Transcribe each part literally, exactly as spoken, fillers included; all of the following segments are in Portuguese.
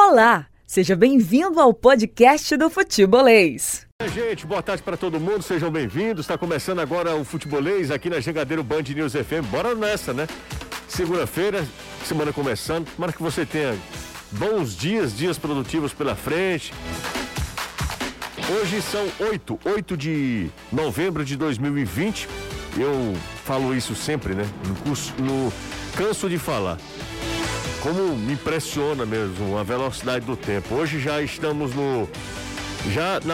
Olá, seja bem-vindo ao podcast do Futebolês. Gente, boa tarde para todo mundo, sejam bem-vindos. Está começando agora o Futebolês aqui na Jangadeiro Band News F M. Bora nessa, né? Segunda-feira, semana começando. Tomara que você tenha bons dias, dias produtivos pela frente. Hoje são oito, oito de novembro de dois mil e vinte. Eu falo isso sempre, né? No curso, no canso de falar. Como me impressiona mesmo a velocidade do tempo. Hoje já estamos no... Já na...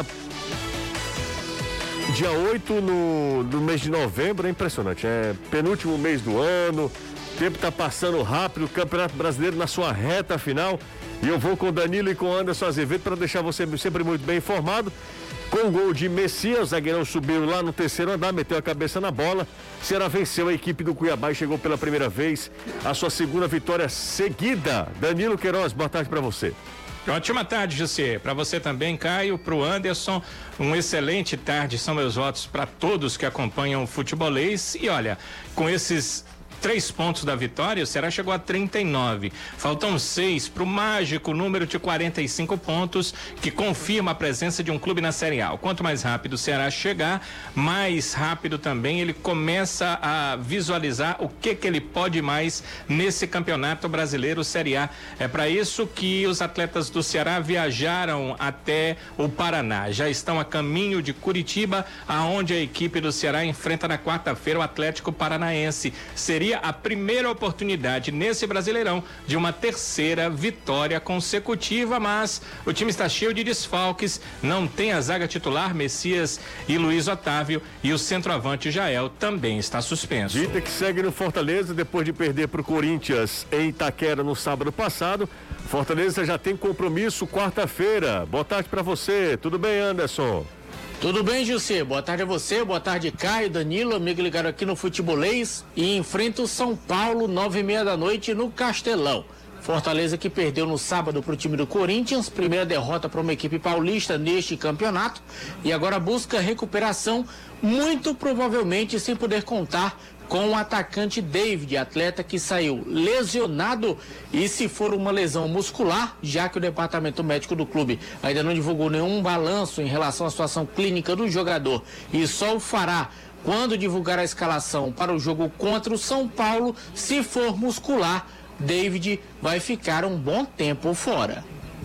Dia oito no, no mês de novembro, é impressionante. É penúltimo mês do ano, o tempo está passando rápido, o Campeonato Brasileiro na sua reta final. E eu vou com o Danilo e com o Anderson Azevedo para deixar você sempre muito bem informado. Com o gol de Messias, o zagueirão subiu lá no terceiro andar, meteu a cabeça na bola. Ceará venceu a equipe do Cuiabá e chegou pela primeira vez a sua segunda vitória seguida. Danilo Queiroz, boa tarde para você. Ótima tarde, José. Para você também, Caio, para o Anderson, um excelente tarde. São meus votos para todos que acompanham o Futebolês. E olha, com esses três pontos da vitória, o Ceará chegou a trinta e nove. Faltam seis para o mágico número de quarenta e cinco pontos, que confirma a presença de um clube na Série A. Quanto mais rápido o Ceará chegar, mais rápido também ele começa a visualizar o que que ele pode mais nesse campeonato brasileiro Série A. É para isso que os atletas do Ceará viajaram até o Paraná. Já estão a caminho de Curitiba, aonde a equipe do Ceará enfrenta na quarta-feira o Atlético Paranaense. Seria a primeira oportunidade nesse Brasileirão de uma terceira vitória consecutiva, mas o time está cheio de desfalques, não tem a zaga titular, Messias e Luiz Otávio, e o centroavante Jael também está suspenso. Dita que segue no Fortaleza depois de perder para o Corinthians em Itaquera no sábado passado. Fortaleza já tem compromisso quarta-feira. Boa tarde para você, tudo bem, Anderson? Tudo bem, José? Boa tarde a você, boa tarde, Caio, Danilo, amigo ligado aqui no Futebolês, e enfrenta o São Paulo, nove e meia da noite, no Castelão. Fortaleza que perdeu no sábado para o time do Corinthians, primeira derrota para uma equipe paulista neste campeonato, e agora busca recuperação, muito provavelmente sem poder contar com o atacante David, atleta que saiu lesionado, e se for uma lesão muscular, já que o departamento médico do clube ainda não divulgou nenhum balanço em relação à situação clínica do jogador e só o fará quando divulgar a escalação para o jogo contra o São Paulo, se for muscular, David vai ficar um bom tempo fora.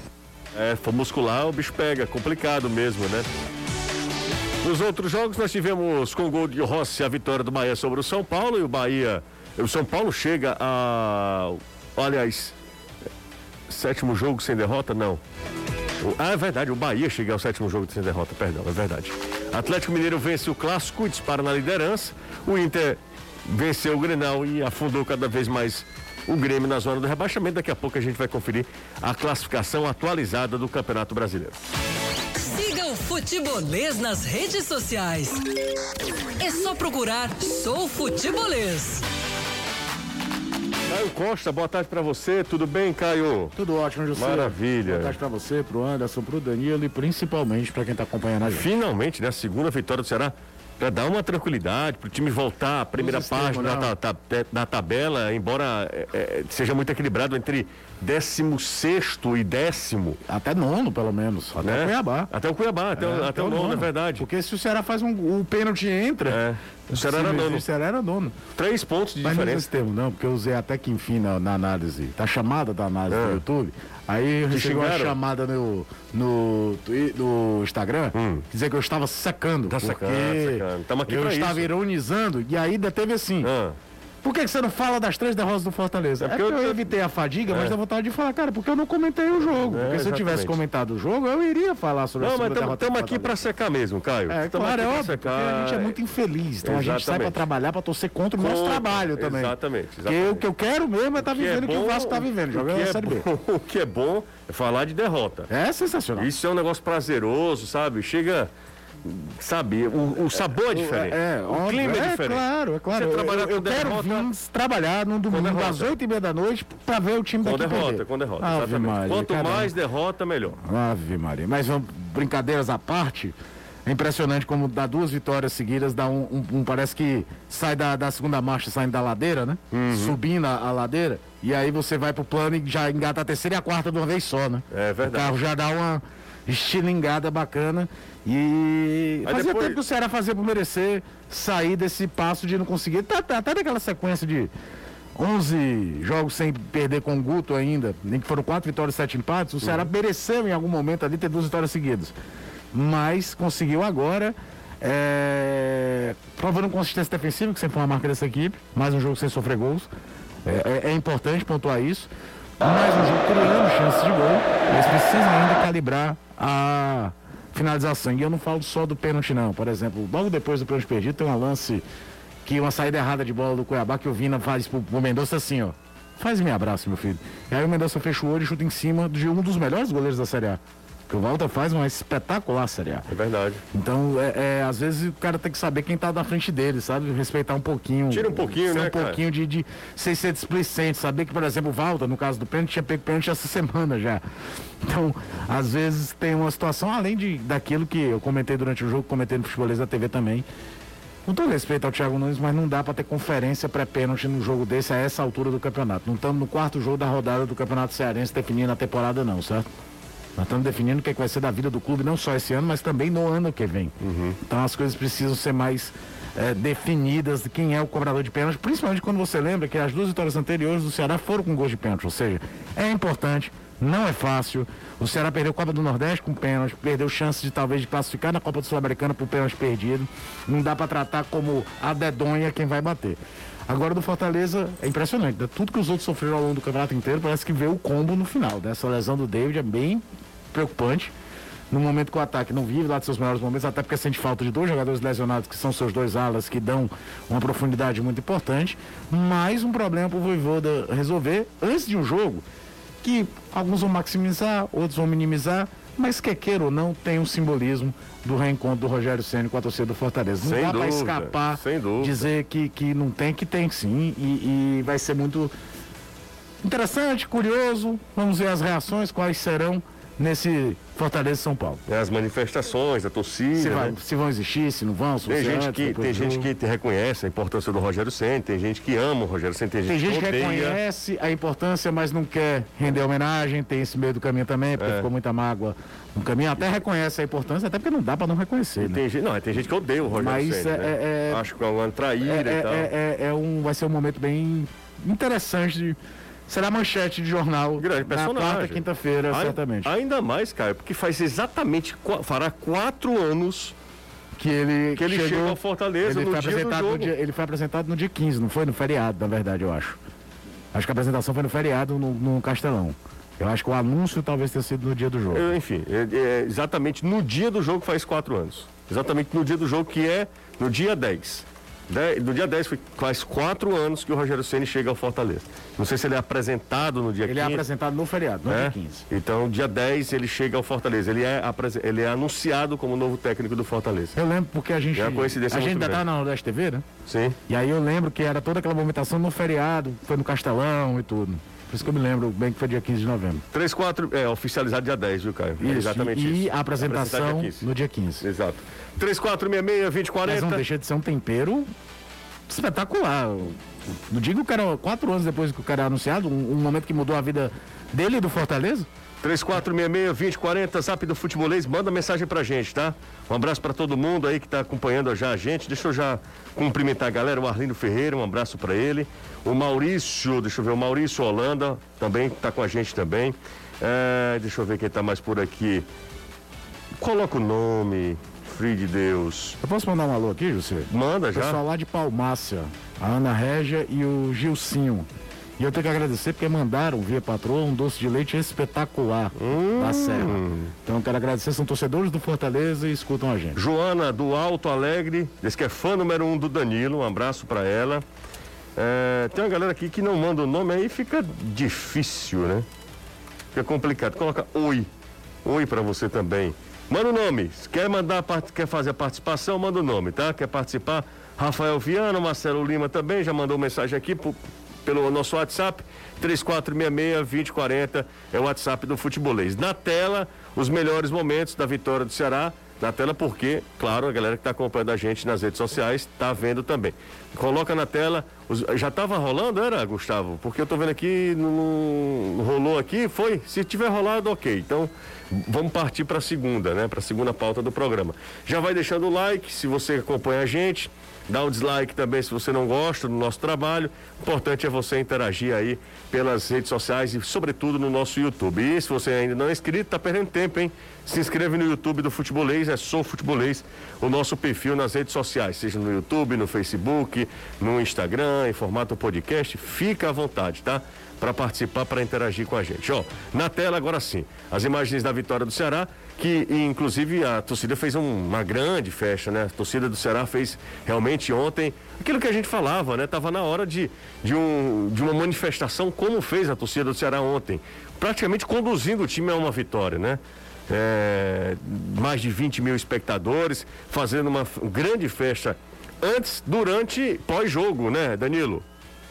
É, for muscular, o bicho pega, complicado mesmo, né? Nos outros jogos nós tivemos com o gol de Rossi a vitória do Bahia sobre o São Paulo, e o Bahia, o São Paulo chega a, aliás, sétimo jogo sem derrota, não. Ah, é verdade, o Bahia chega ao sétimo jogo sem derrota, perdão, é verdade. Atlético Mineiro vence o Clássico e dispara na liderança. O Inter venceu o Grenal e afundou cada vez mais o Grêmio na zona do rebaixamento. Daqui a pouco a gente vai conferir a classificação atualizada do Campeonato Brasileiro. Futebolês nas redes sociais. É só procurar Sou Futebolês. Caio Costa, boa tarde pra você, tudo bem, Caio? Tudo ótimo, José. Maravilha. Boa tarde pra você, pro Anderson, pro Danilo e principalmente pra quem tá acompanhando a gente. Finalmente, né, a segunda vitória do Ceará, para dar uma tranquilidade, para o time voltar à primeira página da, da, da tabela, embora é, é, seja muito equilibrado entre décimo sexto e décimo. Até nono, pelo menos. Até né? o Cuiabá. Até o Cuiabá, até, é, até, até o nono, nono, é verdade. Porque se o Ceará faz um, o pênalti entra, é. o Ceará era nono. O Ceará era nono. Três pontos de Mas diferença. Mas não termo, não, porque eu usei até que enfim na, na análise, tá chamada da análise é. do YouTube. Aí chegou a chamada no, no, no Instagram, hum. dizer que eu estava secando. Tá porque secando, secando. Aqui eu pra estava isso. ironizando, e aí ainda teve assim. Ah. Por que, que você não fala das três derrotas do Fortaleza? É porque, é porque eu, eu evitei a fadiga, é. mas dá vontade de falar, cara, porque eu não comentei o jogo. É, porque se eu tivesse comentado o jogo, eu iria falar sobre não, a segunda derrota. Não, mas estamos aqui para secar mesmo, Caio. É, tamo claro, é óbvio, secar. porque a gente é muito infeliz. Então exatamente. a gente sai para trabalhar, para torcer contra o nosso trabalho também. Exatamente. exatamente. Porque o que eu quero mesmo é estar tá vivendo o que, é bom, que o Vasco está vivendo, jogando na Série B. O que é bom é falar de derrota. É sensacional. Isso é um negócio prazeroso, sabe? Chega... Sabe, o, o sabor é diferente, é, é, o óbvio, clima é, é diferente. Claro, é claro. Você eu, trabalhar eu, com eu derrota, quero vir trabalhar no domingo às oito e meia da noite para ver o time com daqui derrota, perder. Com derrota, Ave exatamente. Maria, Quanto caramba. mais derrota, melhor. Ave Maria. Mas vamos, brincadeiras à parte, É impressionante como dá duas vitórias seguidas, dá um, um, um parece que sai da, da segunda marcha, saindo da ladeira, né? Uhum. Subindo a, a ladeira, e aí você vai pro plano e já engata a terceira e a quarta de uma vez só, né? É verdade. O carro já dá uma estilingada bacana e aí fazia depois... tempo que o Ceará fazia por merecer sair desse passo de não conseguir, até, até daquela sequência de onze jogos sem perder com o Guto ainda, nem que foram quatro vitórias e sete empates, o Ceará uhum. mereceu em algum momento ali ter duas vitórias seguidas. Mas conseguiu agora, é, provando consistência defensiva, que sempre foi uma marca dessa equipe, mais um jogo sem sofrer gols. É, é, é importante pontuar isso. Mais um jogo criando chances de gol, mas precisa ainda calibrar a finalização. E eu não falo só do pênalti, não. Por exemplo, logo depois do pênalti perdido, tem um lance que uma saída errada de bola do Cuiabá que o Vina faz pro, pro Mendonça assim, ó. Faz e me abraça, meu filho. E aí o Mendonça fecha o olho e chuta em cima de um dos melhores goleiros da Série A. Que o Walter faz uma espetacular Série A. É verdade. Então, é, é, às vezes o cara tem que saber quem tá na frente dele, sabe? Respeitar um pouquinho. Tira um pouquinho, né, um pouquinho de, de sem ser displicente. Saber que, por exemplo, o Walter, no caso do pênalti, tinha pego pênalti essa semana já. Então, às vezes tem uma situação, além de, daquilo que eu comentei durante o jogo, comentei no Futebolês da T V também. Com todo respeito ao Thiago Nunes, mas não dá para ter conferência pré-pênalti num jogo desse a essa altura do campeonato. Não estamos no quarto jogo da rodada do Campeonato Cearense definindo a temporada não, certo? Nós estamos definindo o que, é que vai ser da vida do clube, não só esse ano, mas também no ano que vem. Uhum. Então as coisas precisam ser mais é, definidas de quem é o cobrador de pênalti, principalmente quando você lembra que as duas vitórias anteriores do Ceará foram com gols de pênalti. Ou seja, é importante, não é fácil. O Ceará perdeu a Copa do Nordeste com pênalti, perdeu chance de talvez de classificar na Copa do Sul-Americana por pênalti perdido. Não dá para tratar como a dedonha quem vai bater. Agora do Fortaleza é impressionante, né? Tudo que os outros sofreram ao longo do campeonato inteiro parece que veio o combo no final, né? Essa lesão do David é bem preocupante, no momento que o ataque não vive lá de seus melhores momentos, até porque sente falta de dois jogadores lesionados, que são seus dois alas, que dão uma profundidade muito importante, mais um problema para o Vojvoda resolver antes de um jogo, que alguns vão maximizar, outros vão minimizar, mas quer queira ou não, tem um simbolismo do reencontro do Rogério Ceni com a torcida do Fortaleza. Não sem dá para dúvida, escapar, sem dúvida. dizer que, que não tem, que tem sim, e, e vai ser muito interessante, curioso, vamos ver as reações, quais serão nesse Fortaleza São Paulo. É, as manifestações, a torcida. Se, vai, né? se vão existir, se não vão, se tem gente antes, que Tem gente que te reconhece a importância do Rogério Ceni, tem gente que ama o Rogério Ceni, tem gente, tem gente que, que reconhece a importância, mas não quer render homenagem, tem esse meio do caminho também, porque é. ficou muita mágoa no caminho, até reconhece a importância, até porque não dá para não reconhecer, né? Tem gente, não, tem gente que odeia o Rogério Ceni, é, né? é, acho que é uma traíra é, e tal. É, é, é um, vai ser um momento bem interessante de... Será manchete de jornal grande personagem. Na quarta, quinta-feira, certamente. Ainda mais, Caio, porque faz exatamente, fará quatro anos que ele, que ele chegou, chegou ao Fortaleza ele no foi dia apresentado do jogo. No dia, ele foi apresentado no dia quinze, não foi no feriado, na verdade, eu acho. Acho que a apresentação foi no feriado, no, no Castelão. Eu acho que o anúncio talvez tenha sido no dia do jogo. Eu, enfim, é, é exatamente no dia do jogo faz quatro anos. Exatamente no dia do jogo, que é no dia dez. No dia dez faz quatro anos que o Rogério Ceni chega ao Fortaleza. Não sei se ele é apresentado no dia ele quinze. Ele é apresentado no feriado, no é? dia quinze. Então, dia dez ele chega ao Fortaleza. Ele é, ele é anunciado como novo técnico do Fortaleza. Eu lembro porque a gente. É a coincidência a gente ainda grande. tá na Nordeste T V, né? Sim. E aí eu lembro que era toda aquela movimentação no feriado, foi no Castelão e tudo. Por isso que eu me lembro bem que foi dia quinze de novembro. três, quatro, é, oficializado dia dez, viu, Caio? Isso, é exatamente e, isso. E a apresentação dia no dia quinze. Exato. três quatro seis seis, dois zero quatro zero. Mas não deixa de ser um tempero espetacular. Não digo que era quatro anos depois que o cara é anunciado, um, um momento que mudou a vida dele e do Fortaleza. três quatro seis seis, dois zero quatro zero, Zap do Futebolês, manda mensagem pra gente, tá? Um abraço pra todo mundo aí que tá acompanhando já a gente. Deixa eu já cumprimentar a galera, o Arlindo Ferreira, um abraço pra ele. O Maurício, deixa eu ver, o Maurício Holanda também tá com a gente também. É, deixa eu ver quem tá mais por aqui. Coloca o nome, filho de Deus. Eu posso mandar um alô aqui, José? Manda já. O pessoal lá de Palmácia, a Ana Régia e o Gilcinho. E eu tenho que agradecer porque mandaram via patroa um doce de leite espetacular hum. da Serra. Então eu quero agradecer, são torcedores do Fortaleza e escutam a gente. Joana do Alto Alegre, diz que é fã número um do Danilo, um abraço pra ela. É, tem uma galera aqui que não manda o nome, aí fica difícil, né? Fica complicado. Coloca oi. Oi pra você também. Manda o nome. Quer mandar, quer fazer a participação, manda o nome, tá? Quer participar? Rafael Viana, Marcelo Lima também já mandou mensagem aqui pro, pelo nosso WhatsApp, três quatro seis seis, dois zero quatro zero, é o WhatsApp do Futebolês. Na tela, os melhores momentos da vitória do Ceará na tela, porque, claro, a galera que está acompanhando a gente nas redes sociais está vendo também. Coloca na tela, os, já estava rolando, era, Gustavo? Porque eu estou vendo aqui, não, não rolou aqui, foi? Se tiver rolado, ok. Então, vamos partir para a segunda, né? Para a segunda pauta do programa. Já vai deixando o like, se você acompanha a gente. Dá um dislike também se você não gosta do nosso trabalho. O importante é você interagir aí pelas redes sociais e, sobretudo, no nosso YouTube. E se você ainda não é inscrito, tá perdendo tempo, hein? Se inscreve no YouTube do Futebolês, é Sou Futebolês, o nosso perfil nas redes sociais, seja no YouTube, no Facebook, no Instagram, em formato podcast. Fica à vontade, tá? Para participar, para interagir com a gente. Ó, na tela agora sim, as imagens da vitória do Ceará, que inclusive a torcida fez um, uma grande festa, né? A torcida do Ceará fez realmente ontem aquilo que a gente falava, né? Tava na hora de, de, um, de uma manifestação, como fez a torcida do Ceará ontem, praticamente conduzindo o time a uma vitória, né? É, mais de vinte mil espectadores, fazendo uma grande festa antes, durante e pós-jogo, né, Danilo?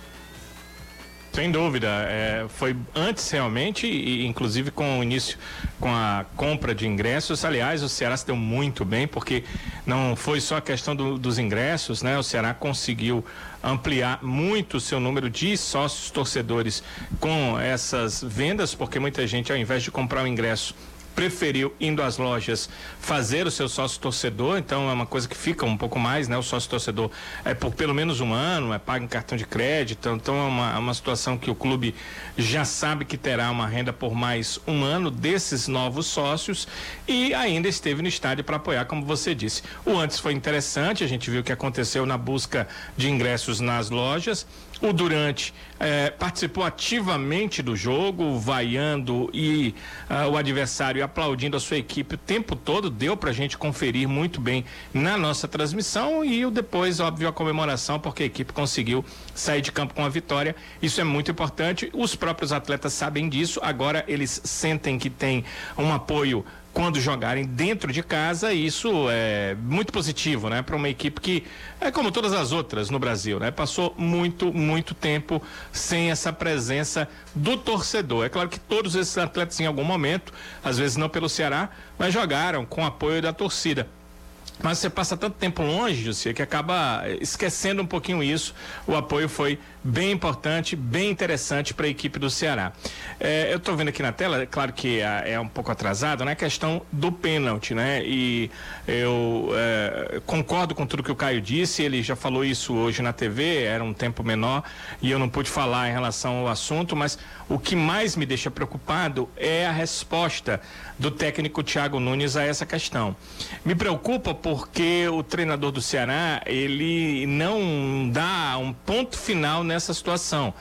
Sem dúvida, é, foi antes realmente, e inclusive com o início, com a compra de ingressos. Aliás, o Ceará se deu muito bem, porque não foi só a questão do, dos ingressos, né? O Ceará conseguiu ampliar muito o seu número de sócios torcedores com essas vendas, porque muita gente, ao invés de comprar o ingresso, preferiu, indo às lojas, fazer o seu sócio torcedor. Então é uma coisa que fica um pouco mais, né? O sócio torcedor é por pelo menos um ano, é pago em cartão de crédito, então é uma, uma situação que o clube já sabe que terá uma renda por mais um ano desses novos sócios, e ainda esteve no estádio para apoiar, como você disse. O antes foi interessante, a gente viu o que aconteceu na busca de ingressos nas lojas. O durante eh, participou ativamente do jogo, vaiando e uh, o adversário aplaudindo a sua equipe o tempo todo. Deu pra gente conferir muito bem na nossa transmissão, e o depois, óbvio, a comemoração, porque a equipe conseguiu sair de campo com a vitória. Isso é muito importante, os próprios atletas sabem disso. Agora eles sentem que tem um apoio quando jogarem dentro de casa. Isso é muito positivo, né? Para uma equipe que é como todas as outras no Brasil, né? Passou muito, muito tempo sem essa presença do torcedor. É claro que todos esses atletas, em algum momento, às vezes não pelo Ceará, mas jogaram com apoio da torcida. Mas você passa tanto tempo longe, José, que acaba esquecendo um pouquinho isso. O apoio foi bem importante, bem interessante para a equipe do Ceará. É, eu estou vendo aqui na tela, claro que é, é um pouco atrasado, né? A questão do pênalti, né? E eu é, concordo com tudo que o Caio disse. Ele já falou isso hoje na T V, era um tempo menor e eu não pude falar em relação ao assunto, mas o que mais me deixa preocupado é a resposta do técnico Thiago Nunes a essa questão. Me preocupa porque o treinador do Ceará, ele não dá um ponto final nessa situação.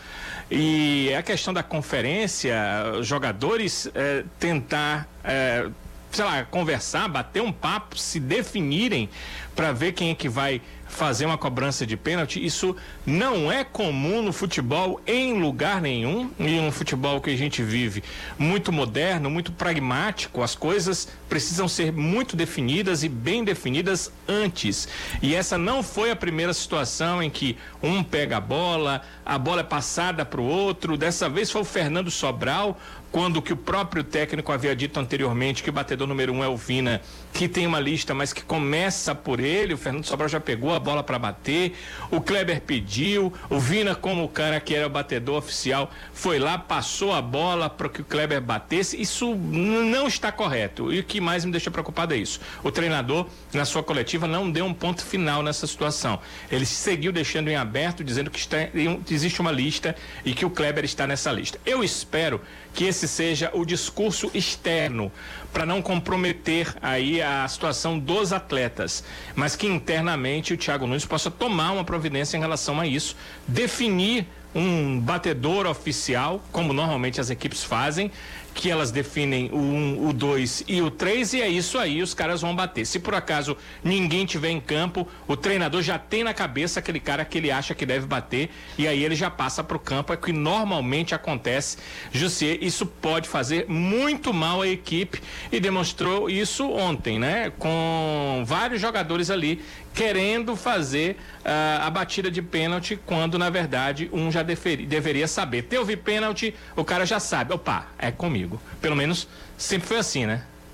E a questão da conferência, os jogadores eh, tentar, eh, sei lá, conversar, bater um papo, se definirem para ver quem é que vai fazer uma cobrança de pênalti, isso não é comum no futebol em lugar nenhum, e um futebol que a gente vive muito moderno, muito pragmático. As coisas precisam ser muito definidas e bem definidas antes, e essa não foi a primeira situação em que um pega a bola, a bola é passada para o outro. Dessa vez foi o Fernando Sobral, quando que o próprio técnico havia dito anteriormente que o batedor número um é o Vina, que tem uma lista, mas que começa por ele. O Fernando Sobral já pegou a bola para bater, o Kleber pediu, o Vina, como o cara que era o batedor oficial, foi lá, passou a bola para que o Kleber batesse. Isso não está correto, e o que mais me deixa preocupado é isso: o treinador, na sua coletiva, não deu um ponto final nessa situação. Ele seguiu deixando em aberto, dizendo que está, existe uma lista e que o Kleber está nessa lista. Eu espero que esse seja o discurso externo, para não comprometer aí a situação dos atletas, mas que internamente o Thiago Nunes possa tomar uma providência em relação a isso, definir um batedor oficial, como normalmente as equipes fazem, que elas definem o um, o dois e o três, e é isso aí, os caras vão bater. Se por acaso ninguém tiver em campo, o treinador já tem na cabeça aquele cara que ele acha que deve bater, e aí ele já passa para o campo. É o que normalmente acontece, José. Isso pode fazer muito mal à equipe, e demonstrou isso ontem, né? Com vários jogadores ali querendo fazer uh, a batida de pênalti, quando na verdade um já deferi, deveria saber. Teve pênalti, o cara já sabe, opa, é comigo. Pelo menos sempre foi assim, né?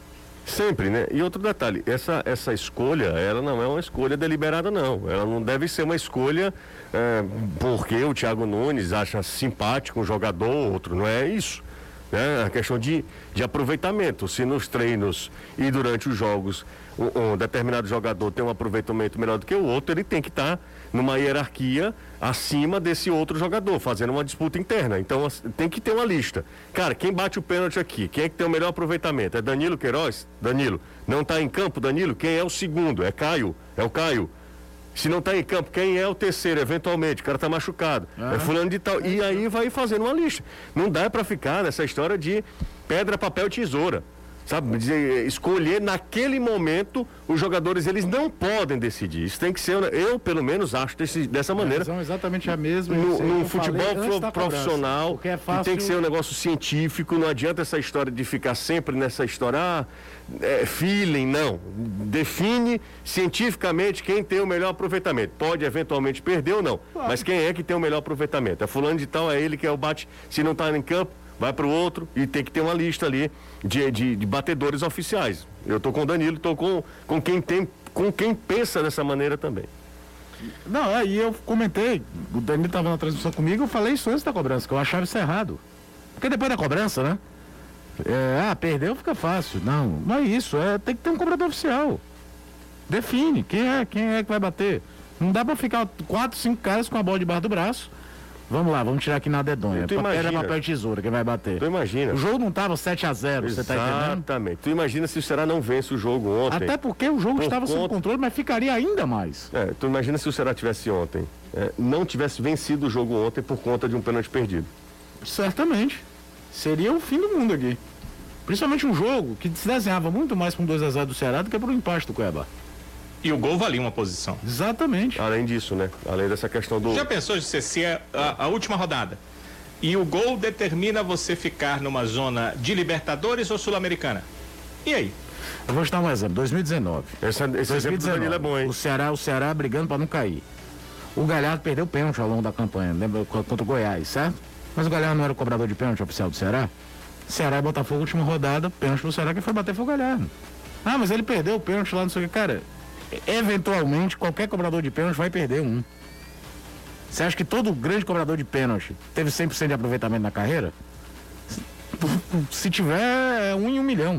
Sempre, né? E outro detalhe, essa, essa escolha, ela não é uma escolha deliberada, não. Ela não deve ser uma escolha é, porque o Thiago Nunes acha simpático um jogador ou outro, não é isso. É a questão de, de aproveitamento. Se nos treinos e durante os jogos um, um determinado jogador tem um aproveitamento melhor do que o outro, ele tem que estar tá numa hierarquia acima desse outro jogador, fazendo uma disputa interna. Então tem que ter uma lista. Cara, quem bate o pênalti aqui? Quem é que tem o melhor aproveitamento? É Danilo Queiroz? Danilo. Não está em campo, Danilo? Quem é o segundo? É Caio? É o Caio. Se não está em campo, quem é o terceiro, eventualmente? O cara está machucado. Ah. É fulano de tal. E aí vai fazendo uma lista. Não dá para ficar nessa história de pedra, papel, tesoura. Sabe? Dizer, escolher naquele momento, os jogadores, eles não podem decidir. Isso tem que ser, eu pelo menos acho desse, dessa maneira. São exatamente a mesma. No, no futebol profissional, é fácil... que tem que ser um negócio científico, não adianta essa história de ficar sempre nessa história, ah, é, feeling, não. Define cientificamente quem tem o melhor aproveitamento. Pode eventualmente perder ou não, claro. Mas quem é que tem o melhor aproveitamento? É fulano de tal, é ele que é o bate, se não está em campo, vai para o outro e tem que ter uma lista ali de, de, de batedores oficiais. Eu estou com o Danilo, estou com, com quem tem, com quem pensa dessa maneira também. Não, aí eu comentei, o Danilo estava na transmissão comigo, eu falei isso antes da cobrança, que eu achava isso errado. Porque depois da cobrança, né? É, ah, perdeu, fica fácil. Não, não é isso, é, tem que ter um cobrador oficial. Define quem é, quem é que vai bater. Não dá para ficar quatro, cinco caras com a bola debaixo do braço. Vamos lá, vamos tirar aqui na dedonha. Pedra, papel e tesoura, quem vai bater. Tu imagina. O jogo não estava sete a zero, você tá entendendo? Exatamente. Tu imagina se o Ceará não vence o jogo ontem. Até porque o jogo Por estava conta... sob controle, mas ficaria ainda mais. É, tu imagina se o Ceará tivesse ontem, é, não tivesse vencido o jogo ontem por conta de um pênalti perdido. Certamente. Seria o fim do mundo aqui. Principalmente um jogo que se desenhava muito mais para um dois a zero do Ceará do que para o empate do Cuiabá. E o gol valia uma posição. Exatamente. Além disso, né? Além dessa questão do... Já pensou, José, se é a, a última rodada e o gol determina você ficar numa zona de Libertadores ou Sul-Americana? E aí? Eu vou te dar um exemplo. dois mil e dezenove. Esse, esse exemplo do Danilo é bom, hein? O Ceará, o Ceará brigando para não cair. O Galhardo perdeu pênalti ao longo da campanha, lembra? Contra o Goiás, certo? Mas o Galhardo não era o cobrador de pênalti oficial do Ceará? Ceará e Botafogo, última rodada, pênalti pro Ceará, que foi bater foi o Galhardo. Ah, mas ele perdeu o pênalti lá, não sei o que. Cara, eventualmente, qualquer cobrador de pênalti vai perder um. Você acha que todo grande cobrador de pênalti teve cem por cento de aproveitamento na carreira? Se tiver, é um em um milhão.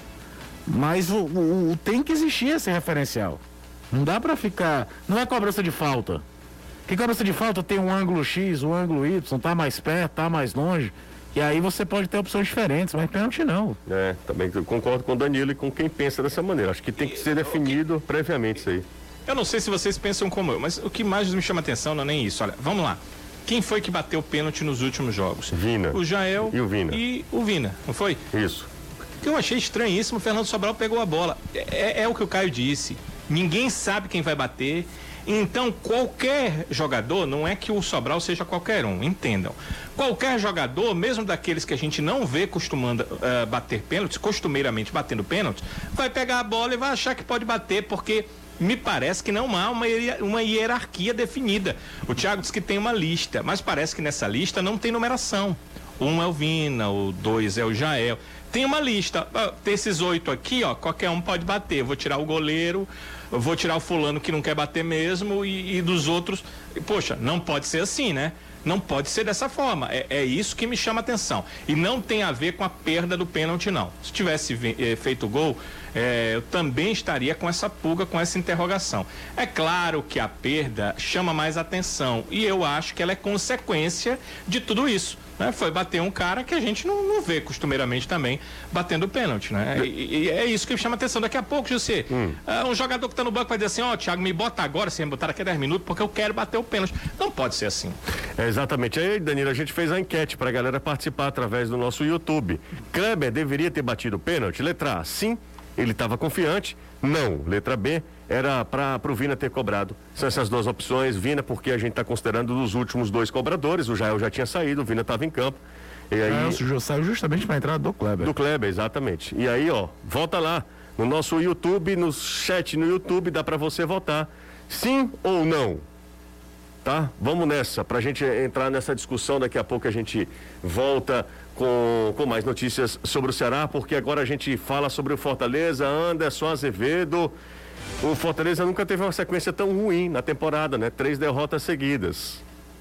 Mas o, o, o tem que existir esse referencial. Não dá pra ficar... Não é cobrança de falta. Que cobrança de falta tem um ângulo X, um ângulo Y, tá mais perto, tá mais longe. E aí você pode ter opções diferentes, mas pênalti não. É, também concordo com o Danilo e com quem pensa dessa maneira. Acho que tem que ser definido previamente isso aí. Eu não sei se vocês pensam como eu, mas o que mais me chama atenção não é nem isso. Olha, vamos lá. Quem foi que bateu o pênalti nos últimos jogos? Vina. O Jael e o Vina. E o Vina, não foi? Isso. O que eu achei estranhíssimo, o Fernando Sobral pegou a bola. É, é o que o Caio disse. Ninguém sabe quem vai bater. Então, qualquer jogador, não é que o Sobral seja qualquer um, entendam. Qualquer jogador, mesmo daqueles que a gente não vê costumando uh, bater pênaltis, costumeiramente batendo pênaltis, vai pegar a bola e vai achar que pode bater, porque me parece que não há uma, uma hierarquia definida. O Thiago diz que tem uma lista, mas parece que nessa lista não tem numeração. Um é o Vina, o dois é o Jael. Tem uma lista, desses oito aqui, ó, qualquer um pode bater. Eu vou tirar o goleiro, eu vou tirar o fulano que não quer bater mesmo e, e dos outros. Poxa, não pode ser assim, né? Não pode ser dessa forma. É, é isso que me chama a atenção. E não tem a ver com a perda do pênalti, não. Se tivesse eh, feito o gol, eh, eu também estaria com essa pulga, com essa interrogação. É claro que a perda chama mais atenção e eu acho que ela é consequência de tudo isso. Né? Foi bater um cara que a gente não, não vê costumeiramente também batendo pênalti, né? E, e é isso que me chama a atenção. Daqui a pouco, José, hum. uh, um jogador que está no banco vai dizer assim, ó, oh, Thiago, me bota agora, sem botar aqui dez minutos, porque eu quero bater o pênalti. Não pode ser assim. É, exatamente. Aí, Danilo, a gente fez a enquete para a galera participar através do nosso YouTube. Kleber deveria ter batido o pênalti? Letra A, sim, ele estava confiante. Não. Letra B, era para o Vina ter cobrado. São essas duas opções. Vina, porque a gente está considerando dos últimos dois cobradores. O Jael já tinha saído, o Vina estava em campo. E aí... É, o saiu justamente para a entrada do Kleber. Do Kleber, exatamente. E aí, ó, volta lá no nosso YouTube, no chat no YouTube, dá para você votar. Sim ou não? Tá? Vamos nessa, pra gente entrar nessa discussão, daqui a pouco a gente volta com, com mais notícias sobre o Ceará, porque agora a gente fala sobre o Fortaleza. Anderson Azevedo. O Fortaleza nunca teve uma sequência tão ruim na temporada, né? Três derrotas seguidas.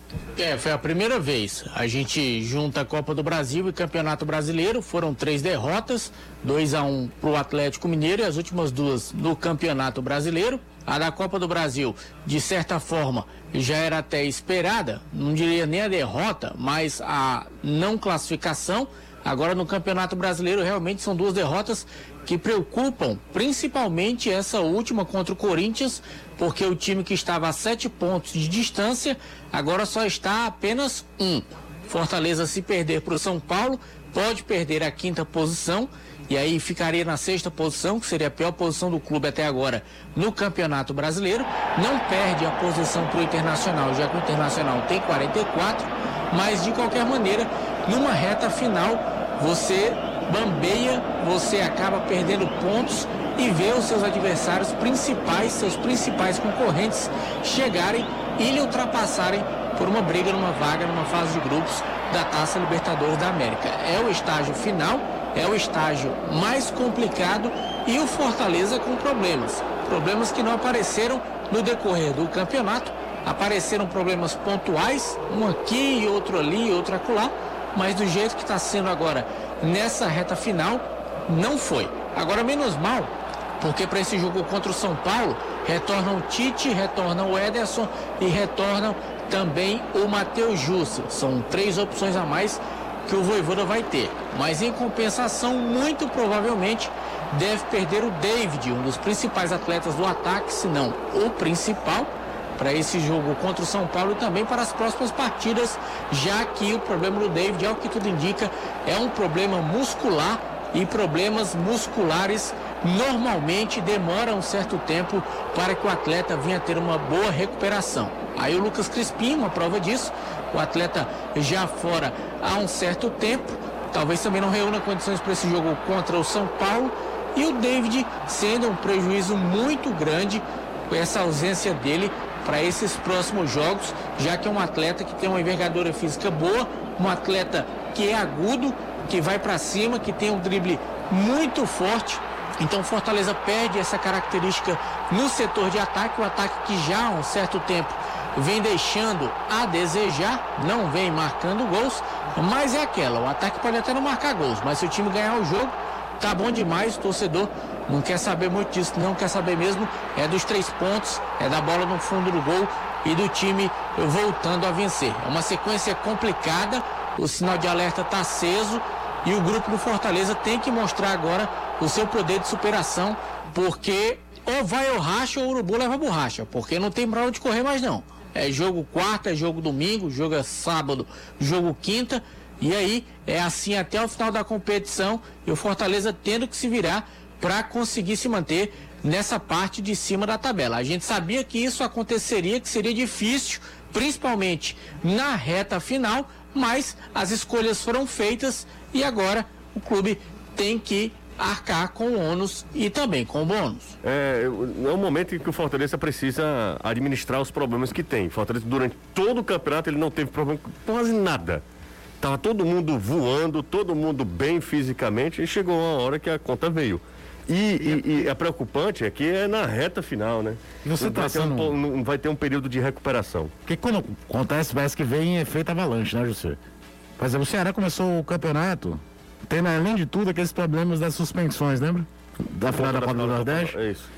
É, foi a primeira vez. A gente junta a Copa do Brasil e Campeonato Brasileiro. Foram três derrotas, dois a um pro Atlético Mineiro e as últimas duas no Campeonato Brasileiro. A da Copa do Brasil, de certa forma, já era até esperada, não diria nem a derrota, mas a não classificação. Agora no Campeonato Brasileiro realmente são duas derrotas que preocupam, principalmente essa última contra o Corinthians, porque o time que estava a sete pontos de distância agora só está a apenas um. Fortaleza, se perder para o São Paulo, pode perder a quinta posição e aí ficaria na sexta posição, que seria a pior posição do clube até agora no Campeonato Brasileiro. Não perde a posição para o Internacional, já que o Internacional tem quarenta e quatro, mas de qualquer maneira, numa reta final, você bambeia, você acaba perdendo pontos e vê os seus adversários principais, seus principais concorrentes chegarem e lhe ultrapassarem por uma briga numa vaga, numa fase de grupos da Taça Libertadores da América. É o estágio final, é o estágio mais complicado e o Fortaleza com problemas. Problemas que não apareceram no decorrer do campeonato, apareceram problemas pontuais, um aqui e outro ali, outro acolá, mas do jeito que está sendo agora nessa reta final, não foi. Agora, menos mal, porque para esse jogo contra o São Paulo, retornam o Tite, retornam o Ederson e retornam também o Matheus Jussa. São três opções a mais que o Vojvoda vai ter. Mas em compensação, muito provavelmente, deve perder o David, um dos principais atletas do ataque, se não o principal, para esse jogo contra o São Paulo e também para as próximas partidas, já que o problema do David, ao que tudo indica, é um problema muscular e problemas musculares normalmente demoram um certo tempo para que o atleta venha ter uma boa recuperação. Aí o Lucas Crispim, uma prova disso, o atleta já fora há um certo tempo, talvez também não reúna condições para esse jogo contra o São Paulo, e o David sendo um prejuízo muito grande com essa ausência dele para esses próximos jogos, já que é um atleta que tem uma envergadura física boa, um atleta que é agudo, que vai para cima, que tem um drible muito forte. Então o Fortaleza perde essa característica no setor de ataque, o ataque que já há um certo tempo vem deixando a desejar, não vem marcando gols, mas é aquela, o ataque pode até não marcar gols, mas se o time ganhar o jogo, tá bom demais, o torcedor não quer saber muito disso, não quer saber mesmo, é dos três pontos, é da bola no fundo do gol e do time voltando a vencer. É uma sequência complicada, o sinal de alerta está aceso e o grupo do Fortaleza tem que mostrar agora o seu poder de superação, porque ou vai ou racha ou o Urubu leva borracha, porque não tem pra onde correr mais não. É jogo quarta, é jogo domingo, jogo é sábado, jogo quinta, e aí é assim até o final da competição e o Fortaleza tendo que se virar para conseguir se manter nessa parte de cima da tabela. A gente sabia que isso aconteceria, que seria difícil, principalmente na reta final, mas as escolhas foram feitas e agora o clube tem que arcar com o ônus e também com o bônus. É, é um momento em que o Fortaleza precisa administrar os problemas que tem. O Fortaleza, durante todo o campeonato, ele não teve problema com quase nada. Tava todo mundo voando, todo mundo bem fisicamente, e chegou uma hora que a conta veio. E, e, e é preocupante é que é na reta final, né? E você tá vai, ter sendo... um, não vai ter um período de recuperação. Porque quando acontece, parece que vem efeito avalanche, né, José? Por exemplo, o Ceará começou o campeonato, tendo, além de tudo, aqueles problemas das suspensões, lembra? Da final da Copa do Nordeste. É isso.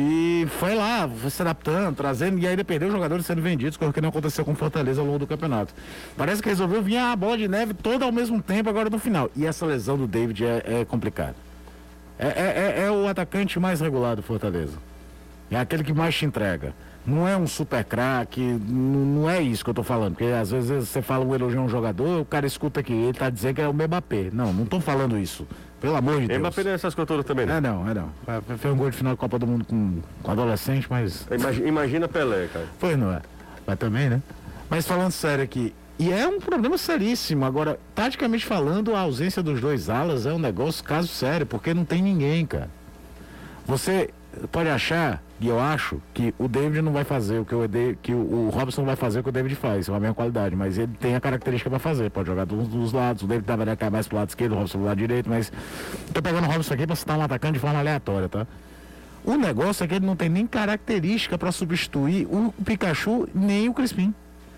E foi lá, foi se adaptando, trazendo, e ainda perdeu os jogadores sendo vendidos, coisa que não aconteceu com o Fortaleza ao longo do campeonato. Parece que resolveu vir a bola de neve toda ao mesmo tempo agora no final. E essa lesão do David é, é complicada. É, é, é o atacante mais regular do Fortaleza. É aquele que mais te entrega. Não é um super craque, não é isso que eu tô falando. Porque às vezes você fala um elogio a um jogador, o cara escuta aqui, ele tá dizendo que é o Mbappé. Não, não tô falando isso. Pelo amor de Deus. Mbappé não é essas coisas também, né? É não, é não. Foi um gol de final de Copa do Mundo com, com adolescente, mas... Imagina, imagina Pelé, cara. Pois não é. Mas também, né? Mas falando sério aqui, e é um problema seríssimo. Agora, taticamente falando, a ausência dos dois alas é um negócio, caso sério, porque não tem ninguém, cara. Você pode achar, e eu acho, que o David não vai fazer o que o, que o Robson vai fazer o que o David faz, é a mesma qualidade, mas ele tem a característica para fazer, pode jogar dos, dos lados, o David vai cair mais pro lado esquerdo, o Robson pro lado direito, mas tô pegando o Robson aqui para citar um atacante de forma aleatória, tá? O negócio é que ele não tem nem característica para substituir o, o Pikachu nem o Crispim.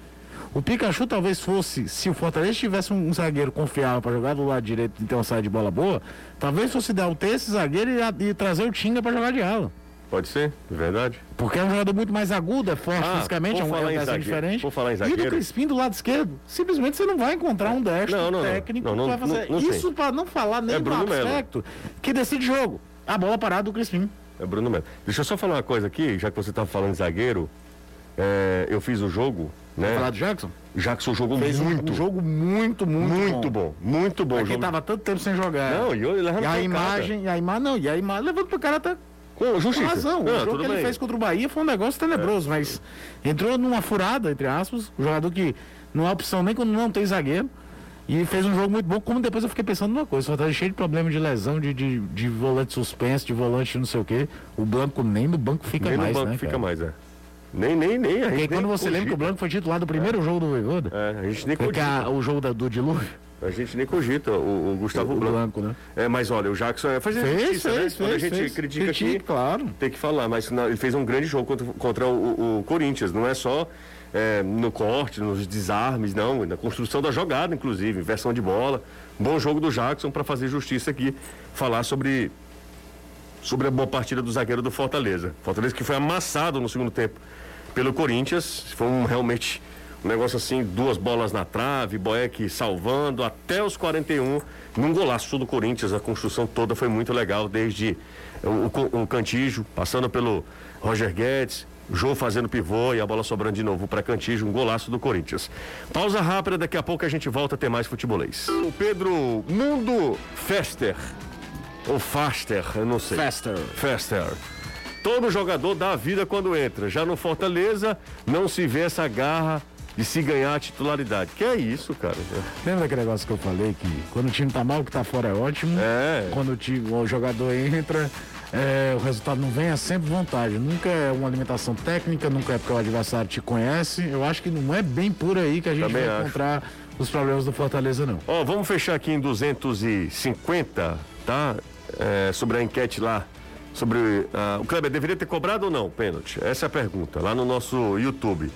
O Pikachu talvez fosse, se o Fortaleza tivesse um, um zagueiro confiável para jogar do lado direito e ter uma saída de bola boa, talvez fosse ideal ter esse zagueiro e, e trazer o Tinga para jogar de ala. Pode ser, verdade. Porque é um jogador muito mais agudo, é forte ah, fisicamente, é uma peça diferente. Vou falar em zagueiro. E do Crispim do lado esquerdo, simplesmente você não vai encontrar um destro não, não, técnico não, não, que vai fazer. Não, não isso para não falar nem é do aspecto que decide jogo. A bola parada do Crispim. É Bruno Melo. Deixa eu só falar uma coisa aqui, já que você estava falando de zagueiro, é, eu fiz o jogo, né? Vamos falar do Jackson? Jackson jogou Fez muito. Um jogo muito, muito, muito bom. bom. Muito bom. Porque tava tanto tempo sem jogar. Não, e, eu, ele e a imagem, e a imagem, não, e a imagem levando pro cara até com justiça. Com razão. Não, o jogo que bem. ele fez contra o Bahia foi um negócio tenebroso, é. mas entrou numa furada, entre aspas, o jogador que não é opção nem quando não tem zagueiro. E fez um jogo muito bom, como depois eu fiquei pensando numa coisa, só tá cheio de problema de lesão, de, de, de volante suspenso, de volante não sei o quê. O Blanco nem no banco fica nem mais, no banco né, fica cara? mais, é. Nem, nem, nem. Porque nem quando você cogita. lembra que o Blanco foi titular do primeiro é. jogo do Voivoda, é, a gente nem cogita. A, o jogo da, do dilúvio. A gente nem cogita o, o Gustavo o, Blanco. Blanco, né? É, mas olha, o Jackson é fazer fez, justiça, fez, né? fez, Quando a gente fez, critica critique, aqui, claro. Tem que falar, mas não, ele fez um grande jogo contra, contra o, o, o Corinthians, não é só é, no corte, nos desarmes, não, na construção da jogada, inclusive, inversão de bola. Bom jogo do Jackson para fazer justiça aqui, falar sobre, sobre a boa partida do zagueiro do Fortaleza. Fortaleza que foi amassado no segundo tempo pelo Corinthians, foi um, realmente um negócio assim, duas bolas na trave, Boeck salvando até os quarenta e um, num golaço do Corinthians. A construção toda foi muito legal, desde o, o, o Cantígio, passando pelo Roger Guedes, o Jô fazendo pivô e a bola sobrando de novo para Cantígio, um golaço do Corinthians. Pausa rápida, daqui a pouco a gente volta a ter mais futebolês. O Pedro Mundo Fester, ou Faster, eu não sei. Faster. Faster. Todo jogador dá a vida quando entra. Já no Fortaleza, não se vê essa garra de se ganhar a titularidade. Que é isso, cara? Lembra daquele negócio que eu falei, que quando o time tá mal, o que tá fora é ótimo. É. Quando o, time, o jogador entra, é, o resultado não vem, é sempre vantagem. Nunca é uma alimentação técnica, nunca é porque o adversário te conhece. Eu acho que não é bem por aí que a gente Também vai acho. encontrar os problemas do Fortaleza, não. Ó, vamos fechar aqui em duzentos e cinquenta, tá? É, sobre a enquete lá. Sobre uh, o Kleber deveria ter cobrado ou não pênalti? Essa é a pergunta, lá no nosso YouTube.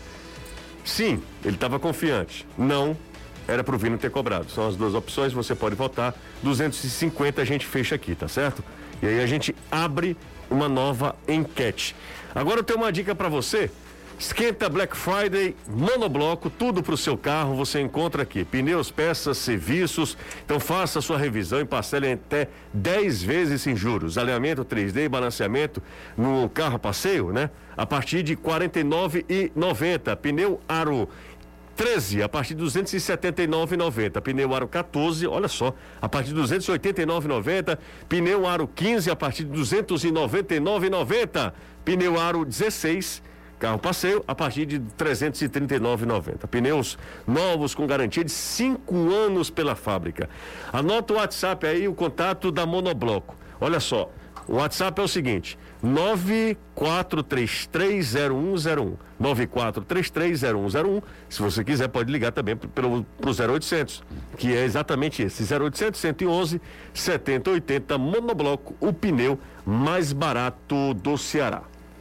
Sim, ele estava confiante. Não, era pro Vino ter cobrado. São as duas opções, você pode votar. duzentos e cinquenta a gente fecha aqui, tá certo? E aí a gente abre uma nova enquete. Agora eu tenho uma dica para você. Esquenta Black Friday, monobloco, tudo para o seu carro você encontra aqui. Pneus, peças, serviços. Então faça a sua revisão e parcele em até dez vezes sem juros. Alinhamento três D e balanceamento no carro a passeio, né? A partir de quarenta e nove reais e noventa centavos. Pneu Aro treze a partir de duzentos e setenta e nove reais e noventa centavos. Pneu Aro quatorze, olha só, a partir de duzentos e oitenta e nove reais e noventa centavos. Pneu Aro quinze a partir de duzentos e noventa e nove reais e noventa centavos. Pneu Aro dezesseis, carro passeio, a partir de trezentos e trinta e nove reais e noventa centavos. Pneus novos com garantia de cinco anos pela fábrica. Anota o WhatsApp aí, o contato da Monobloco. Olha só, o WhatsApp é o seguinte: nove quatro três três zero um zero um. nove quatro três três zero um zero um. Se você quiser, pode ligar também pelo pro zero oitocentos, que é exatamente esse, zero oitocentos, cento e onze, setenta e oitenta. Monobloco, o pneu mais barato do Ceará.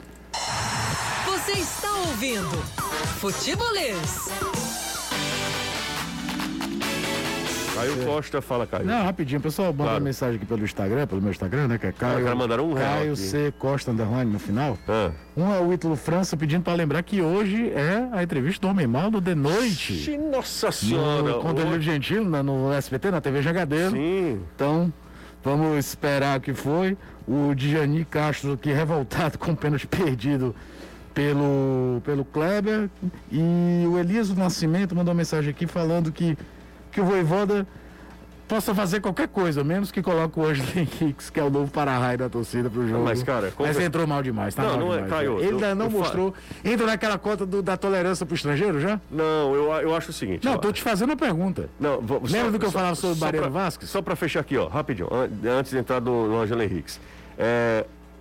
Você está ouvindo Futebolês. Caio Costa, fala, Caio. Não, rapidinho, pessoal, manda Claro. uma mensagem aqui pelo Instagram, pelo meu Instagram, né? Que é Caio. cara mandaram um real Caio aqui. C. Costa Underline no final. Ah. Um é o Ítalo França pedindo para lembrar que hoje é a entrevista do Homem Maldo de noite. Ixi, Nossa Senhora. No Conteúdo hoje- Gentil, na- no S B T, na T V Jangadeiro. Sim. Então, vamos esperar o que foi. O Djani Castro, que revoltado com o pênalti perdido pelo, pelo Kleber. E o Elias do Nascimento mandou uma mensagem aqui falando que, que o Voivoda possa fazer qualquer coisa, menos que coloque o Wesley Hicks, que é o novo para-raio da torcida pro jogo. Mas, cara, como Mas você- entrou mal demais, tá Não, mal não é, demais. Caio, Ele eu- ainda não eu fa- mostrou. Entra naquela conta do- da tolerância pro estrangeiro já? Não, eu, eu acho o seguinte. Não, ó. tô te fazendo uma pergunta. Não, vou- Lembra só- do que eu só- falava sobre só Mariano pra- Vasquez? Só para fechar aqui, ó, rapidinho, an- antes de entrar do, do Ângelo Henriques. É,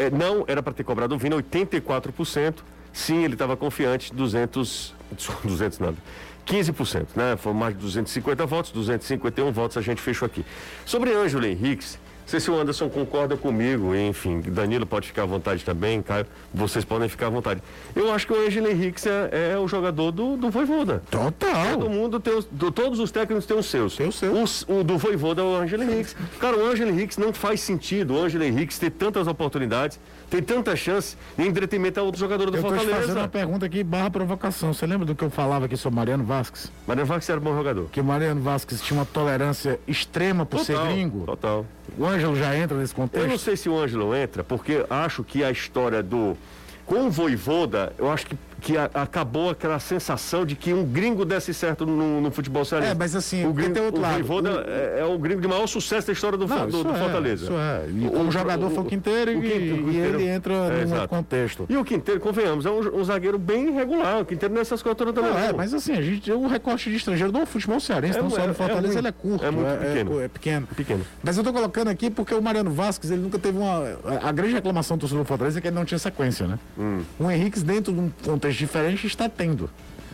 é, não era para ter cobrado o Vina oitenta e quatro por cento. Sim, ele estava confiante, duzentos, duzentos nada, quinze por cento, né? Foram mais de duzentos e cinquenta votos, duzentos e cinquenta e um votos a gente fechou aqui. Sobre Ângelo Henriques, não sei se o Anderson concorda comigo, enfim, Danilo pode ficar à vontade também, Caio, vocês podem ficar à vontade. Eu acho que o Ângelo Henriques é, é o jogador do, do Vojvoda. Total. Todo mundo tem os, do, todos os técnicos têm os seus. Tem os seus. O, o do Vojvoda é o Ângelo Henriques. Cara, o Ângelo Henriques não faz sentido, o Ângelo Henriques ter tantas oportunidades, tem tanta chance em detrimento a outro jogador do eu Fortaleza. Eu tô te fazendo uma pergunta aqui, barra provocação. Você lembra do que eu falava aqui sobre Mariano Vasquez? Mariano Vasquez era bom jogador. Que o Mariano Vasquez tinha uma tolerância extrema por total, ser gringo. Total. O Ângelo já entra nesse contexto? Eu não sei se o Ângelo entra, porque acho que a história do... Com o Vojvoda, eu acho que, que a, acabou aquela sensação de que um gringo desse certo no, no futebol cearense. É, mas assim, o gringo, tem outro o lado. Vojvoda o... é, é o gringo de maior sucesso da história do, não, do, do é, Fortaleza. Isso é. E o, como o jogador o, foi o Quinteiro, o, e, o Quinteiro, e ele entra é, num exato. contexto. E o Quinteiro, convenhamos, é um, um zagueiro bem regular. O Quinteiro nessas coisas também. Não, é, mas assim, a gente, o recorte de estrangeiro do futebol cearense, é, não só é, no Fortaleza, é ele é curto. É muito é, pequeno. É, é pequeno. pequeno. Mas eu tô colocando aqui porque o Mariano Vasquez, ele nunca teve uma... A, a grande reclamação do torcedor do Fortaleza é que ele não tinha sequência, né? Hum. O Henriques, dentro de um contexto diferente, está tendo.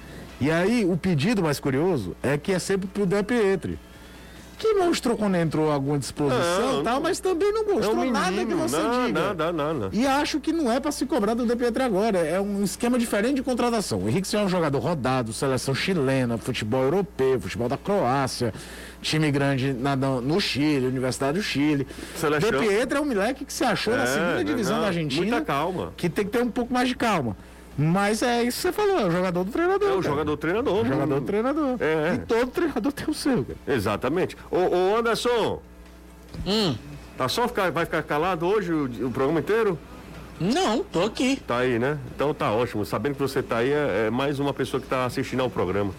E aí, o pedido mais curioso é que é sempre pro De Pietri, que mostrou quando entrou alguma disposição e tal, mas também não mostrou é um nada que você não, diga. Nada, nada. E acho que não é para se cobrar do De Pietri agora, é um esquema diferente de contratação. O Henrique é um jogador rodado, seleção chilena, futebol europeu, futebol da Croácia, time grande na, no Chile, Universidade do Chile. Seleção. De Pietri é um moleque que se achou é, na segunda divisão não, da Argentina. Muita calma. Que tem que ter um pouco mais de calma. Mas é isso que você falou, é o jogador do treinador. É o cara. jogador do treinador. É o jogador do treinador. É. E todo treinador tem o seu, cara. Exatamente. Ô, ô Anderson. Hum. Tá só ficar, vai ficar calado hoje o, o programa inteiro? Não, tô aqui. Tá aí, né? Então tá ótimo. Sabendo que você tá aí, é, é mais uma pessoa que tá assistindo ao programa.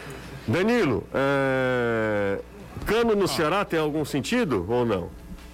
Danilo, é... Cano no ah. Ceará tem algum sentido ou não?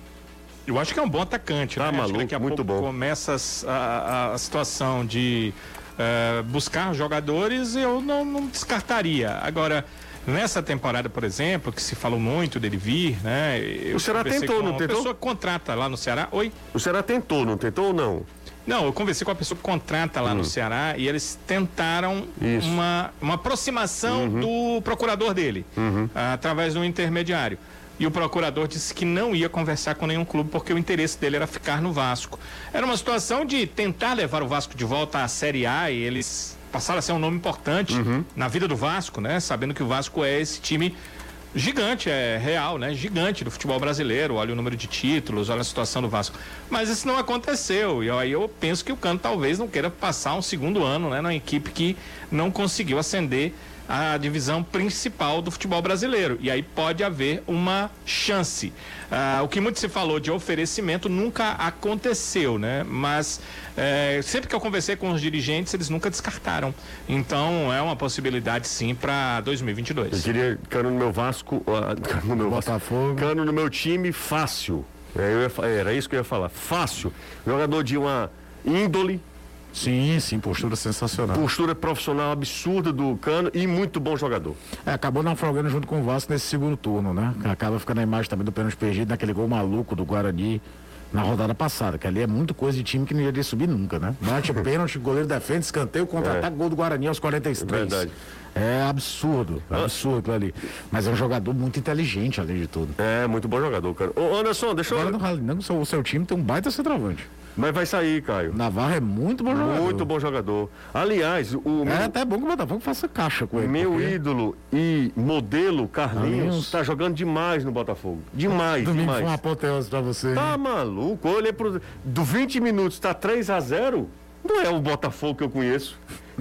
Eu acho que é um bom atacante, tá, né? maluco, acho que daqui a muito pouco bom. começa a, a, a situação de uh, buscar jogadores, eu não, não descartaria. Agora, nessa temporada, por exemplo, que se falou muito dele vir, né? O Ceará tentou, não tentou? A pessoa contrata lá no Ceará. Oi? O Ceará tentou, não tentou ou não? Não, eu conversei com a pessoa que contrata lá hum. no Ceará e eles tentaram uma, uma aproximação uhum. do procurador dele, uhum. através do intermediário. E o procurador disse que não ia conversar com nenhum clube porque o interesse dele era ficar no Vasco. Era uma situação de tentar levar o Vasco de volta à Série A e eles passaram a ser um nome importante uhum. na vida do Vasco, né? Sabendo que o Vasco é esse time gigante, é real, né? Gigante do futebol brasileiro. Olha o número de títulos, olha a situação do Vasco. Mas isso não aconteceu. E aí eu penso que o Cano talvez não queira passar um segundo ano, né? Numa equipe que não conseguiu ascender a divisão principal do futebol brasileiro. E aí pode haver uma chance. Ah, o que muito se falou de oferecimento nunca aconteceu, né? Mas eh, sempre que eu conversei com os dirigentes, eles nunca descartaram. Então é uma possibilidade sim para dois mil e vinte e dois. Eu queria Cano no meu Vasco, uh, Cano no meu Botafogo. Cano no meu time, fácil. É, eu ia, era isso que eu ia falar. Fácil. Jogador de uma índole. Sim, sim, postura sensacional. Postura profissional absurda do Cano e muito bom jogador. É, acabou naufragando junto com o Vasco nesse segundo turno, né? Acaba ficando a imagem também do pênalti perdido naquele gol maluco do Guarani na rodada passada, que ali é muito coisa de time que não iria subir nunca, né? Bate pênalti, goleiro defende, escanteio, contra-ataque, é. Gol do Guarani aos quarenta e três. Verdade. É absurdo, absurdo aquilo ali. Mas é um jogador muito inteligente, além de tudo. É, muito bom jogador, cara. Ô, Anderson, deixa Agora eu... Agora no Rally, o seu time tem um baita centroavante. Mas vai sair, Caio. Navarro é muito bom jogador. Muito bom jogador. Aliás, o... É meu... até bom que o Botafogo faça caixa com ele. Meu porque... ídolo e modelo Carlinhos, Carlinhos tá jogando demais no Botafogo. Demais, Domingo demais. Foi uma apoteose pra você. Tá maluco? Eu olhei pro... Do vinte minutos, tá três a zero? Não é o Botafogo que eu conheço.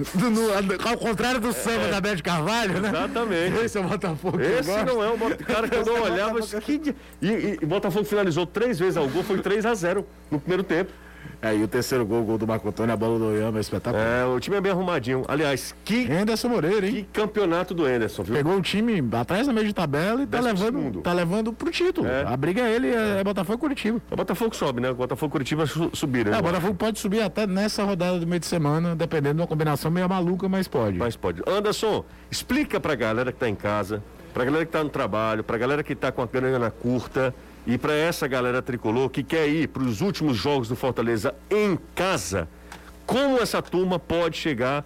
No, ao contrário do samba é, da Bete Carvalho, né? Exatamente. Esse é o Botafogo que Esse eu gosto. não é o Botafogo. Cara, quando eu olhava... que... E o Botafogo finalizou três vezes ao gol, foi três a zero no primeiro tempo. É, e o terceiro gol, o gol do Marco Antônio, a bola do Oyama, é espetacular. É, o time é bem arrumadinho. Aliás, que... Anderson Moreira, hein? Que campeonato do Anderson, viu? Pegou o time atrás da meia de tabela e tá levando, tá levando pro título. É. A briga é ele, é, é Botafogo e Curitiba. O Botafogo sobe, né? O Botafogo e Curitiba su subiram. É, o Botafogo pode subir até nessa rodada do meio de semana, dependendo de uma combinação meio maluca, mas pode. Mas pode. Anderson, explica pra galera que tá em casa, pra galera que tá no trabalho, pra galera que tá com a grana curta, E para essa galera tricolor que quer ir para os últimos jogos do Fortaleza em casa, como essa turma pode chegar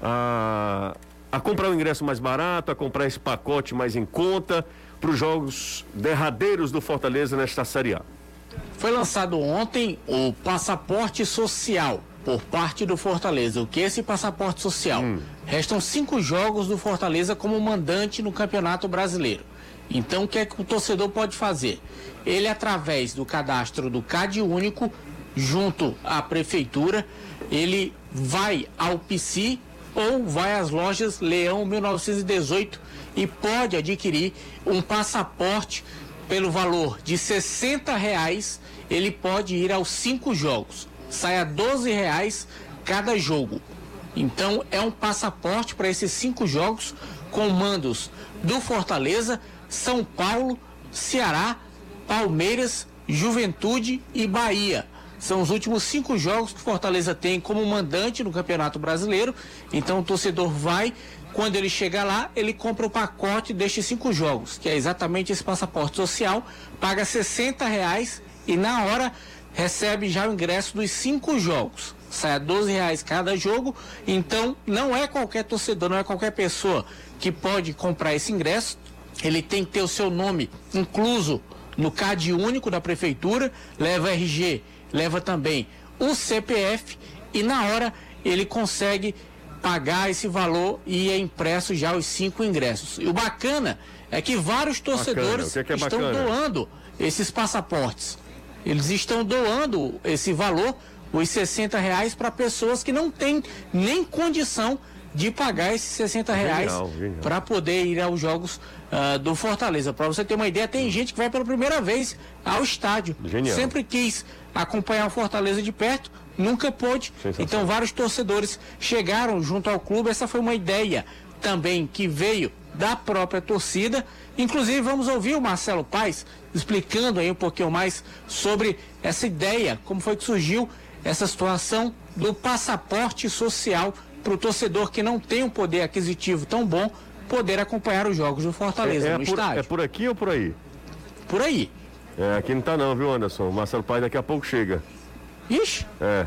a, a comprar o ingresso mais barato, a comprar esse pacote mais em conta para os jogos derradeiros do Fortaleza nesta Série A? Foi lançado ontem o passaporte social por parte do Fortaleza. O que é esse passaporte social? Hum. Restam cinco jogos do Fortaleza como mandante no Campeonato Brasileiro. Então, o que é que o torcedor pode fazer? Ele, através do cadastro do C A D Único, junto à Prefeitura, ele vai ao P S I ou vai às lojas Leão mil novecentos e dezoito e pode adquirir um passaporte pelo valor de sessenta reais. Ele pode ir aos cinco jogos. Sai a doze reais cada jogo. Então, é um passaporte para esses cinco jogos com mandos do Fortaleza, São Paulo, Ceará, Palmeiras, Juventude e Bahia. São os últimos cinco jogos que o Fortaleza tem como mandante no Campeonato Brasileiro. Então o torcedor vai, quando ele chega lá, ele compra o pacote destes cinco jogos, que é exatamente esse passaporte social, paga sessenta reais e na hora recebe já o ingresso dos cinco jogos. Sai a doze reais cada jogo. Então não é qualquer torcedor, não é qualquer pessoa que pode comprar esse ingresso. Ele tem que ter o seu nome incluso no C A D Único da Prefeitura, leva R G, leva também o C P F e na hora ele consegue pagar esse valor e é impresso já os cinco ingressos. E o bacana é que vários torcedores que que é estão bacana? doando esses passaportes. Eles estão doando esse valor, os sessenta reais, para pessoas que não têm nem condição de pagar esses sessenta reais para poder ir aos jogos uh, do Fortaleza. Para você ter uma ideia, tem gente que vai pela primeira vez ao estádio. Genial. Sempre quis acompanhar o Fortaleza de perto, nunca pôde. Então vários torcedores chegaram junto ao clube. Essa foi uma ideia também que veio da própria torcida. Inclusive vamos ouvir o Marcelo Paes explicando aí um pouquinho mais sobre essa ideia, como foi que surgiu essa situação do passaporte social para o torcedor que não tem um poder aquisitivo tão bom poder acompanhar os jogos do Fortaleza é, é no por, estádio. É por aqui ou por aí? Por aí. É, aqui não tá não, viu, Anderson? O Marcelo Paes daqui a pouco chega. Ixi. É.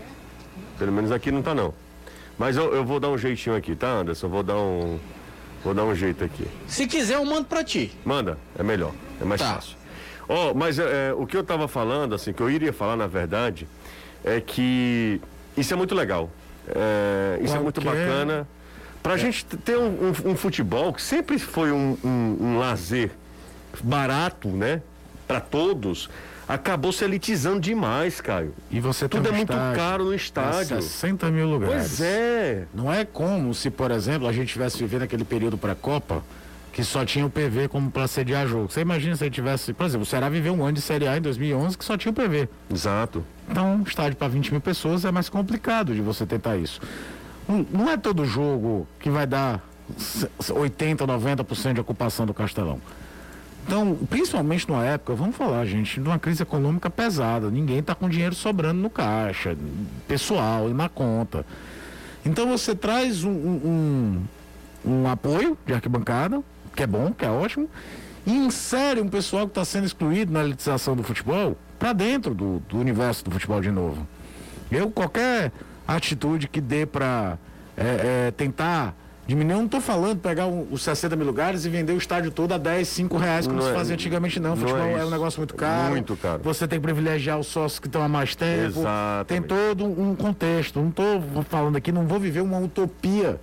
Pelo menos aqui não tá não. Mas eu, eu vou dar um jeitinho aqui, tá, Anderson? Vou dar um... Vou dar um jeito aqui. Se quiser, eu mando pra ti. Manda, é melhor, é mais Tá. fácil. Ó, oh, mas é, o que eu tava falando, assim, que eu iria falar, na verdade, é que isso é muito legal. É, isso Qualquer... é muito bacana. Pra é. gente ter um, um, um futebol que sempre foi um, um, um lazer barato, né? Pra todos, acabou se elitizando demais, Caio. E você Tudo tem um é muito estádio, caro no estádio. É sessenta mil lugares. Pois é. Não é como se, por exemplo, a gente estivesse vivendo aquele período pré-Copa que só tinha o P V como para sediar jogo. Você imagina se ele tivesse, por exemplo, o Ceará viveu um ano de Série A em dois mil e onze que só tinha o P V. Exato. Então, um estádio para vinte mil pessoas é mais complicado de você tentar isso. Não, não é todo jogo que vai dar oitenta, noventa por cento de ocupação do Castelão. Então, principalmente numa época, vamos falar, gente, de uma crise econômica pesada. Ninguém está com dinheiro sobrando no caixa, pessoal e na conta. Então você traz um, um, um apoio de arquibancada, que é bom, que é ótimo, e insere um pessoal que está sendo excluído na elitização do futebol para dentro do, do universo do futebol de novo. Eu, qualquer atitude que dê para é, é, tentar diminuir, eu não estou falando pegar um, os sessenta mil lugares e vender o estádio todo a dez, cinco reais, como não se é, fazia antigamente, não. O não futebol é, é um negócio muito caro. Muito caro. Você tem que privilegiar os sócios que estão há mais tempo. Exatamente. Tem todo um contexto. Não estou falando aqui, não vou viver uma utopia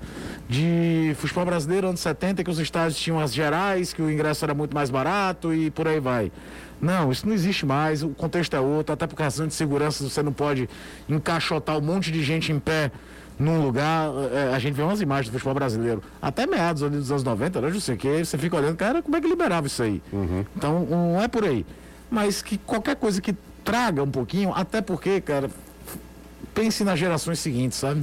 de futebol brasileiro anos setenta, que os estádios tinham as gerais, que o ingresso era muito mais barato e por aí vai. Não, isso não existe mais, o contexto é outro, até por razão de segurança você não pode encaixotar um monte de gente em pé num lugar. É, a gente vê umas imagens do futebol brasileiro, até meados ali dos anos noventa, né, José, que você fica olhando, cara, como é que liberava isso aí? Uhum. Então, não é por aí. Mas que qualquer coisa que traga um pouquinho, até porque, cara, pense nas gerações seguintes, sabe?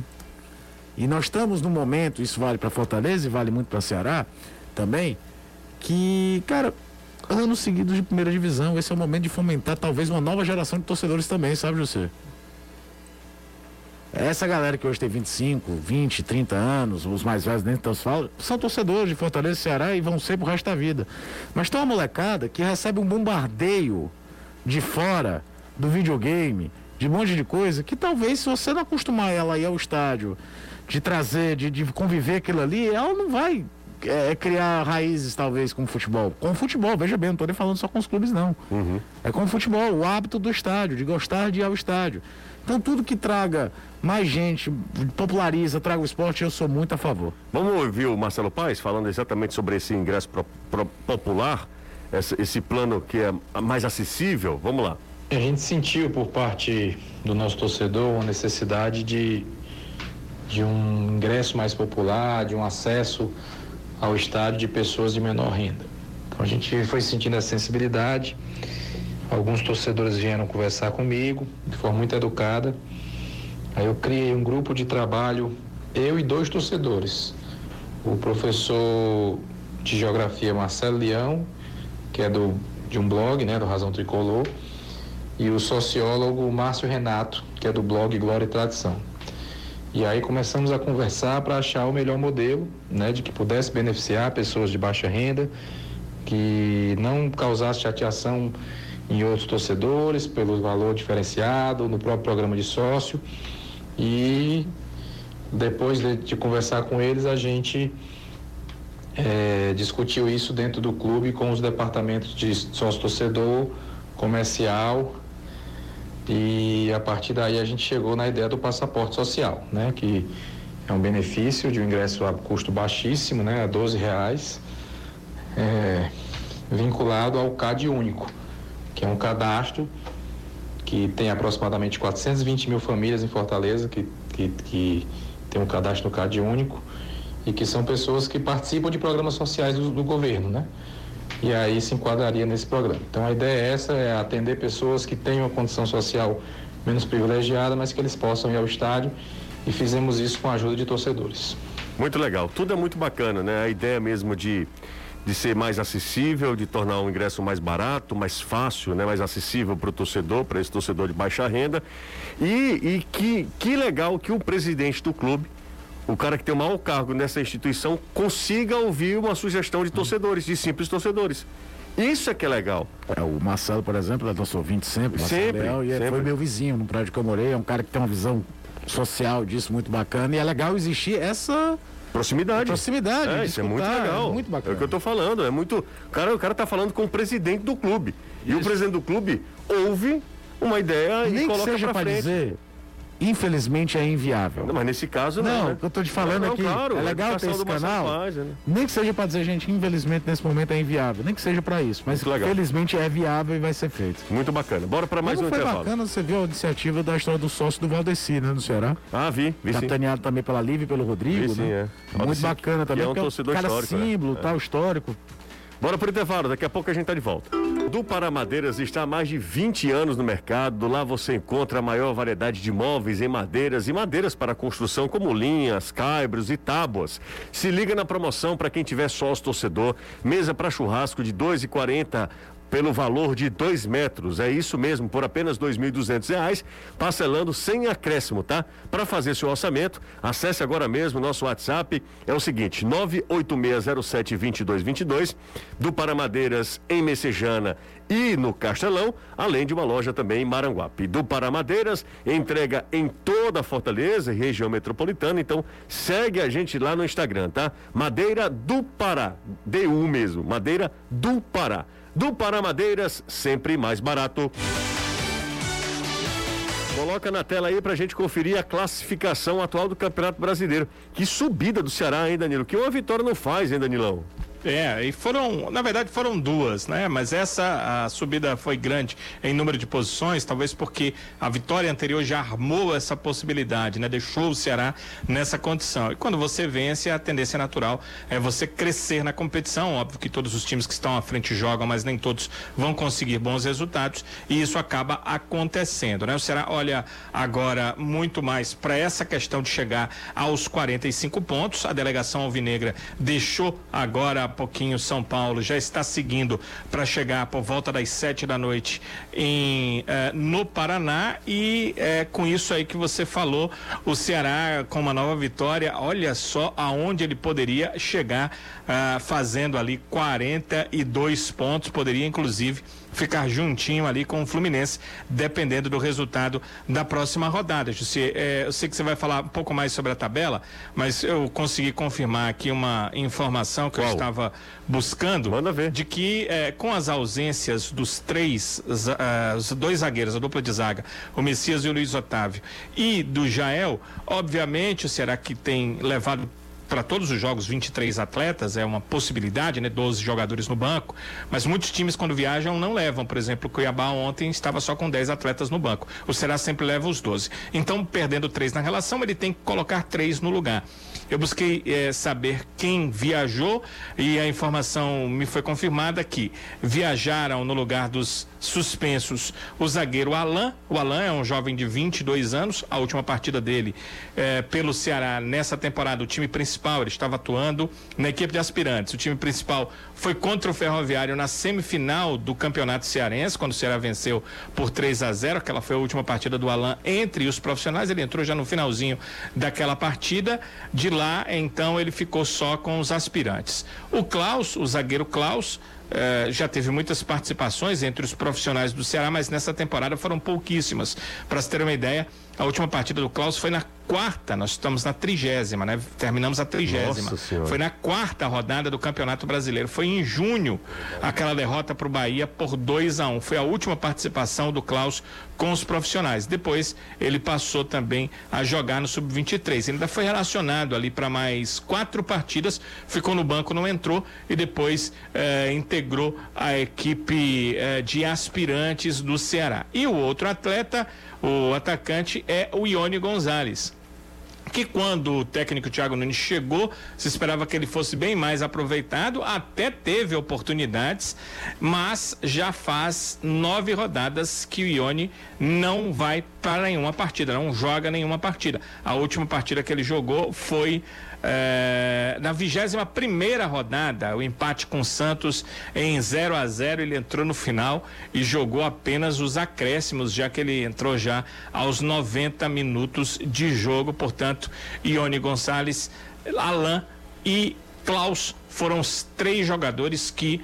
E nós estamos num momento, isso vale para Fortaleza e vale muito para Ceará também, que, cara, anos seguidos de primeira divisão, esse é o momento de fomentar talvez uma nova geração de torcedores também, sabe, José? Essa galera que hoje tem vinte e cinco, vinte, trinta anos, os mais velhos nem tanto falam, são torcedores de Fortaleza e Ceará e vão ser pro resto da vida. Mas tem uma molecada que recebe um bombardeio de fora do videogame, de um monte de coisa, que talvez se você não acostumar ela a ir ao estádio, de trazer, de, de conviver aquilo ali, ela não vai é, criar raízes talvez com o futebol. Com o futebol, veja bem, não estou nem falando só com os clubes não. Uhum. É com o futebol, o hábito do estádio, de gostar de ir ao estádio. Então tudo que traga mais gente, populariza, traga o esporte, eu sou muito a favor. Vamos ouvir o Marcelo Paes falando exatamente sobre esse ingresso pro, pro, popular, esse, esse plano que é mais acessível. Vamos lá. A gente sentiu por parte do nosso torcedor uma necessidade de, de um ingresso mais popular, de um acesso ao estádio de pessoas de menor renda. Então a gente foi sentindo essa sensibilidade. Alguns torcedores vieram conversar comigo de forma muito educada. Aí eu criei um grupo de trabalho, eu e dois torcedores. O professor de geografia Marcelo Leão, que é do, de um blog, né, do Razão Tricolor, e o sociólogo Márcio Renato, que é do blog Glória e Tradição. E aí começamos a conversar para achar o melhor modelo, né, de que pudesse beneficiar pessoas de baixa renda, que não causasse chateação em outros torcedores, pelo valor diferenciado, no próprio programa de sócio. E depois de, de conversar com eles, a gente é, discutiu isso dentro do clube com os departamentos de sócio-torcedor, comercial, e a partir daí a gente chegou na ideia do passaporte social, né? Que é um benefício de um ingresso a custo baixíssimo, né? A doze reais, é, vinculado ao C A D único, que é um cadastro que tem aproximadamente quatrocentas e vinte mil famílias em Fortaleza que, que, que tem um cadastro no C A D único e que são pessoas que participam de programas sociais do, do governo, né? E aí se enquadraria nesse programa. Então a ideia é essa, é atender pessoas que têm uma condição social menos privilegiada, mas que eles possam ir ao estádio, e fizemos isso com a ajuda de torcedores. Muito legal, tudo é muito bacana, né? A ideia mesmo de de ser mais acessível, de tornar um ingresso mais barato, mais fácil, né? Mais acessível para o torcedor, para esse torcedor de baixa renda. E, e que, que legal que o presidente do clube, o cara que tem o maior cargo nessa instituição, consiga ouvir uma sugestão de torcedores, de simples torcedores. Isso é que é legal. É, o Marcelo, por exemplo, é nosso ouvinte sempre, sempre, Leal, e sempre. Foi meu vizinho no prédio que eu morei, é um cara que tem uma visão social disso muito bacana, e é legal existir essa proximidade. Proximidade. É, isso é muito legal. É muito bacana. É o que eu tô falando, é muito, o cara, o cara tá falando com o presidente do clube. Isso. E o presidente do clube ouve uma ideia Nem e coloca que seja pra frente. Dizer, infelizmente é inviável. Não, mas nesse caso não. Não, né? o que eu tô te falando não, não, aqui, claro, é legal ter esse canal. Faz, né? Nem que seja para dizer, gente, infelizmente nesse momento é inviável. Nem que seja para isso, mas felizmente é viável e vai ser feito. Muito bacana. Bora para mais Como um foi intervalo. Bacana, você viu a iniciativa da história do sócio do Valdeci, né, no Ceará? Ah, vi, vi Capitaneado também pela Lívia e pelo Rodrigo, vi, sim, né? É. Muito Valdeci, bacana também, é um porque torcedor é um cara histórico, símbolo, né? tal, histórico. Bora pro intervalo, daqui a pouco a gente tá de volta. Do Pará Madeiras está há mais de vinte anos no mercado. Lá você encontra a maior variedade de móveis em madeiras e madeiras para construção, como linhas, caibros e tábuas. Se liga na promoção para quem tiver sócio torcedor, mesa para churrasco de dois e quarenta pelo valor de dois metros. É isso mesmo, por apenas dois mil e duzentos reais, parcelando sem acréscimo, tá? Para fazer seu orçamento, acesse agora mesmo nosso WhatsApp, é o seguinte, nove oito seis zero sete dois dois dois dois, do Pará Madeiras em Messejana e no Castelão, além de uma loja também em Maranguape. Do Pará Madeiras, entrega em toda a Fortaleza e região metropolitana, então segue a gente lá no Instagram, tá? Madeira do Pará, D U mesmo, Madeira do Pará. Do Pará Madeiras, sempre mais barato. Coloca na tela aí pra gente conferir a classificação atual do Campeonato Brasileiro. Que subida do Ceará, hein, Danilo? Que uma vitória não faz, hein, Danilão? É, e foram, na verdade foram duas, né? Mas essa a subida foi grande em número de posições, talvez porque a vitória anterior já armou essa possibilidade, né? Deixou o Ceará nessa condição. E quando você vence, a tendência natural é você crescer na competição. Óbvio que todos os times que estão à frente jogam, mas nem todos vão conseguir bons resultados, e isso acaba acontecendo, né? O Ceará olha agora muito mais para essa questão de chegar aos quarenta e cinco pontos. A delegação alvinegra deixou agora pouquinho São Paulo já está seguindo para chegar por volta das sete da noite em, eh, no Paraná e eh, com isso aí que você falou, o Ceará com uma nova vitória, olha só aonde ele poderia chegar, ah, fazendo ali quarenta e dois pontos, poderia inclusive ficar juntinho ali com o Fluminense, dependendo do resultado da próxima rodada. Jussi, eh, eu sei que você vai falar um pouco mais sobre a tabela, mas eu consegui confirmar aqui uma informação que Qual? eu estava buscando. Manda ver. De que eh, com as ausências dos três, uh, os dois zagueiros, a dupla de zaga, o Messias e o Luiz Otávio, e do Jael, obviamente, será que tem levado para todos os jogos vinte e três atletas, é uma possibilidade, né? doze jogadores no banco, mas muitos times quando viajam não levam, por exemplo, o Cuiabá ontem estava só com dez atletas no banco, o Ceará sempre leva os doze, então perdendo três na relação, ele tem que colocar três no lugar. Eu busquei eh, saber quem viajou e a informação me foi confirmada que viajaram no lugar dos suspensos o zagueiro Alain. O Alain é um jovem de vinte e dois anos, a última partida dele eh, pelo Ceará nessa temporada, o time principal, ele estava atuando na equipe de aspirantes. O time principal foi contra o Ferroviário na semifinal do Campeonato Cearense, quando o Ceará venceu por três a zero, aquela foi a última partida do Alain entre os profissionais, ele entrou já no finalzinho daquela partida, de lá então ele ficou só com os aspirantes. O Klaus, o zagueiro Klaus, eh, já teve muitas participações entre os profissionais do Ceará, mas nessa temporada foram pouquíssimas. Para se ter uma ideia, a última partida do Klaus foi na quarta, nós estamos na trigésima, né? Terminamos a trigésima. Foi na quarta rodada do Campeonato Brasileiro. Foi em junho aquela derrota para o Bahia por dois a um. Foi a última participação do Klaus com os profissionais. Depois ele passou também a jogar no sub vinte e três. Ele ainda foi relacionado ali para mais quatro partidas, ficou no banco, não entrou e depois eh, integrou a equipe eh, de aspirantes do Ceará. E o outro atleta, o atacante, é o Ione Gonzalez, que quando o técnico Thiago Nunes chegou, se esperava que ele fosse bem mais aproveitado, até teve oportunidades, mas já faz nove rodadas que o Ione não vai para nenhuma partida, não joga nenhuma partida. A última partida que ele jogou foi É, na vigésima primeira rodada, o empate com o Santos em zero a zero, ele entrou no final e jogou apenas os acréscimos, já que ele entrou já aos noventa minutos de jogo. Portanto, Ione Gonçalves, Alain e Klaus foram os três jogadores que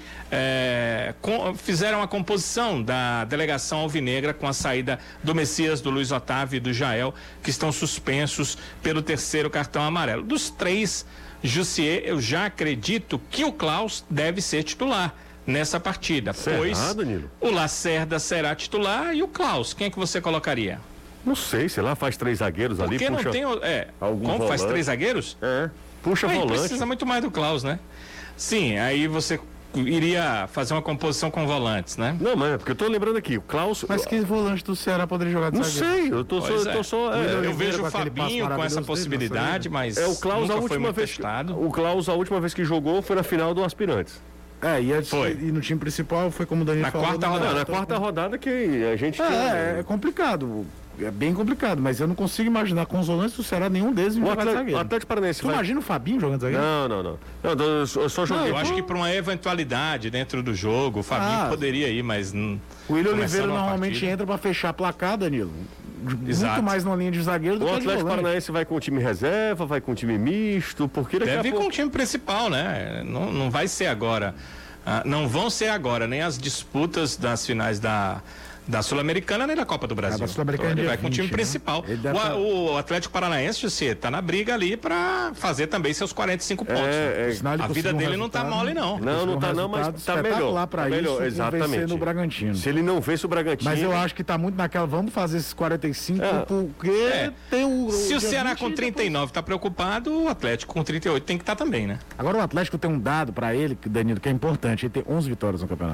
eh, com, fizeram a composição da delegação alvinegra com a saída do Messias, do Luiz Otávio e do Jael, que estão suspensos pelo terceiro cartão amarelo. Dos três, Jussier, eu já acredito que o Klaus deve ser titular nessa partida, Será, pois Danilo? o Lacerda será titular e o Klaus, quem é que você colocaria? Não sei, sei lá, faz três zagueiros Por ali, que puxa não tem, é, algum como faz volante. três zagueiros? É, puxa Aí volante. precisa muito mais do Klaus, né? Sim, aí você iria fazer uma composição com volantes, né? Não, mas é porque eu tô lembrando aqui, o Klaus... Mas que volante do Ceará poderia jogar de Não zagueiro? sei, eu tô só... Pois Eu, é. tô só é, eu, Oliveira vejo com o aquele passo Fabinho com maravilhoso essa dele, possibilidade, mas é o Klaus a nunca foi última muito vez testado. o Klaus a última vez que jogou foi na final do Aspirantes. É, e, a, Foi. e no time principal foi como o Danilo Na falou. quarta não, rodada. Não, na tô- quarta rodada que a gente... É, é complicado. É bem complicado, mas eu não consigo imaginar com os volantes do Ceará nenhum deles O jogar de Atlético, o zagueiro. Atlético Paranaense Tu vai... imagina o Fabinho jogando de zagueiro? Não, não, não. Não, eu só- eu só joguei... Eu acho que para uma eventualidade dentro do jogo, o Fabinho Ah. poderia ir, mas não. O William começando Oliveira uma normalmente partida. entra pra fechar a placar, Danilo. Exato. Muito mais na linha de zagueiro do O que de Atlético volante. Paranaense vai com o time reserva, vai com o time misto, porque daqui Deve a ir com pouco... o time principal, né? Não, não vai ser agora. Ah, não vão ser agora nem as disputas das finais da, da Sul-Americana nem da Copa do Brasil. da Sul-Americana Então, ele é vai dia com o time vinte, né? principal. Ele deve O, tá- o Atlético Paranaense, você tá na briga ali para fazer também seus quarenta e cinco pontos. né? É, Sinal ele A vida conseguiu um dele não tá resultado, mole, não. Não, não um tá não, mas resultado tá melhor. espetacular pra Tá melhor, isso, exatamente. vencendo o Bragantino. Se ele não vence o Bragantino... Mas eu acho que tá muito naquela, vamos fazer esses quarenta e cinco, É. porque É. tem o... Se o dia Ceará vinte com e trinta e nove tá preocupado, o Atlético com trinta e oito tem que estar também, né? Agora o Atlético tem um dado pra ele, que, Danilo, que é importante, ele tem onze vitórias no campeonato.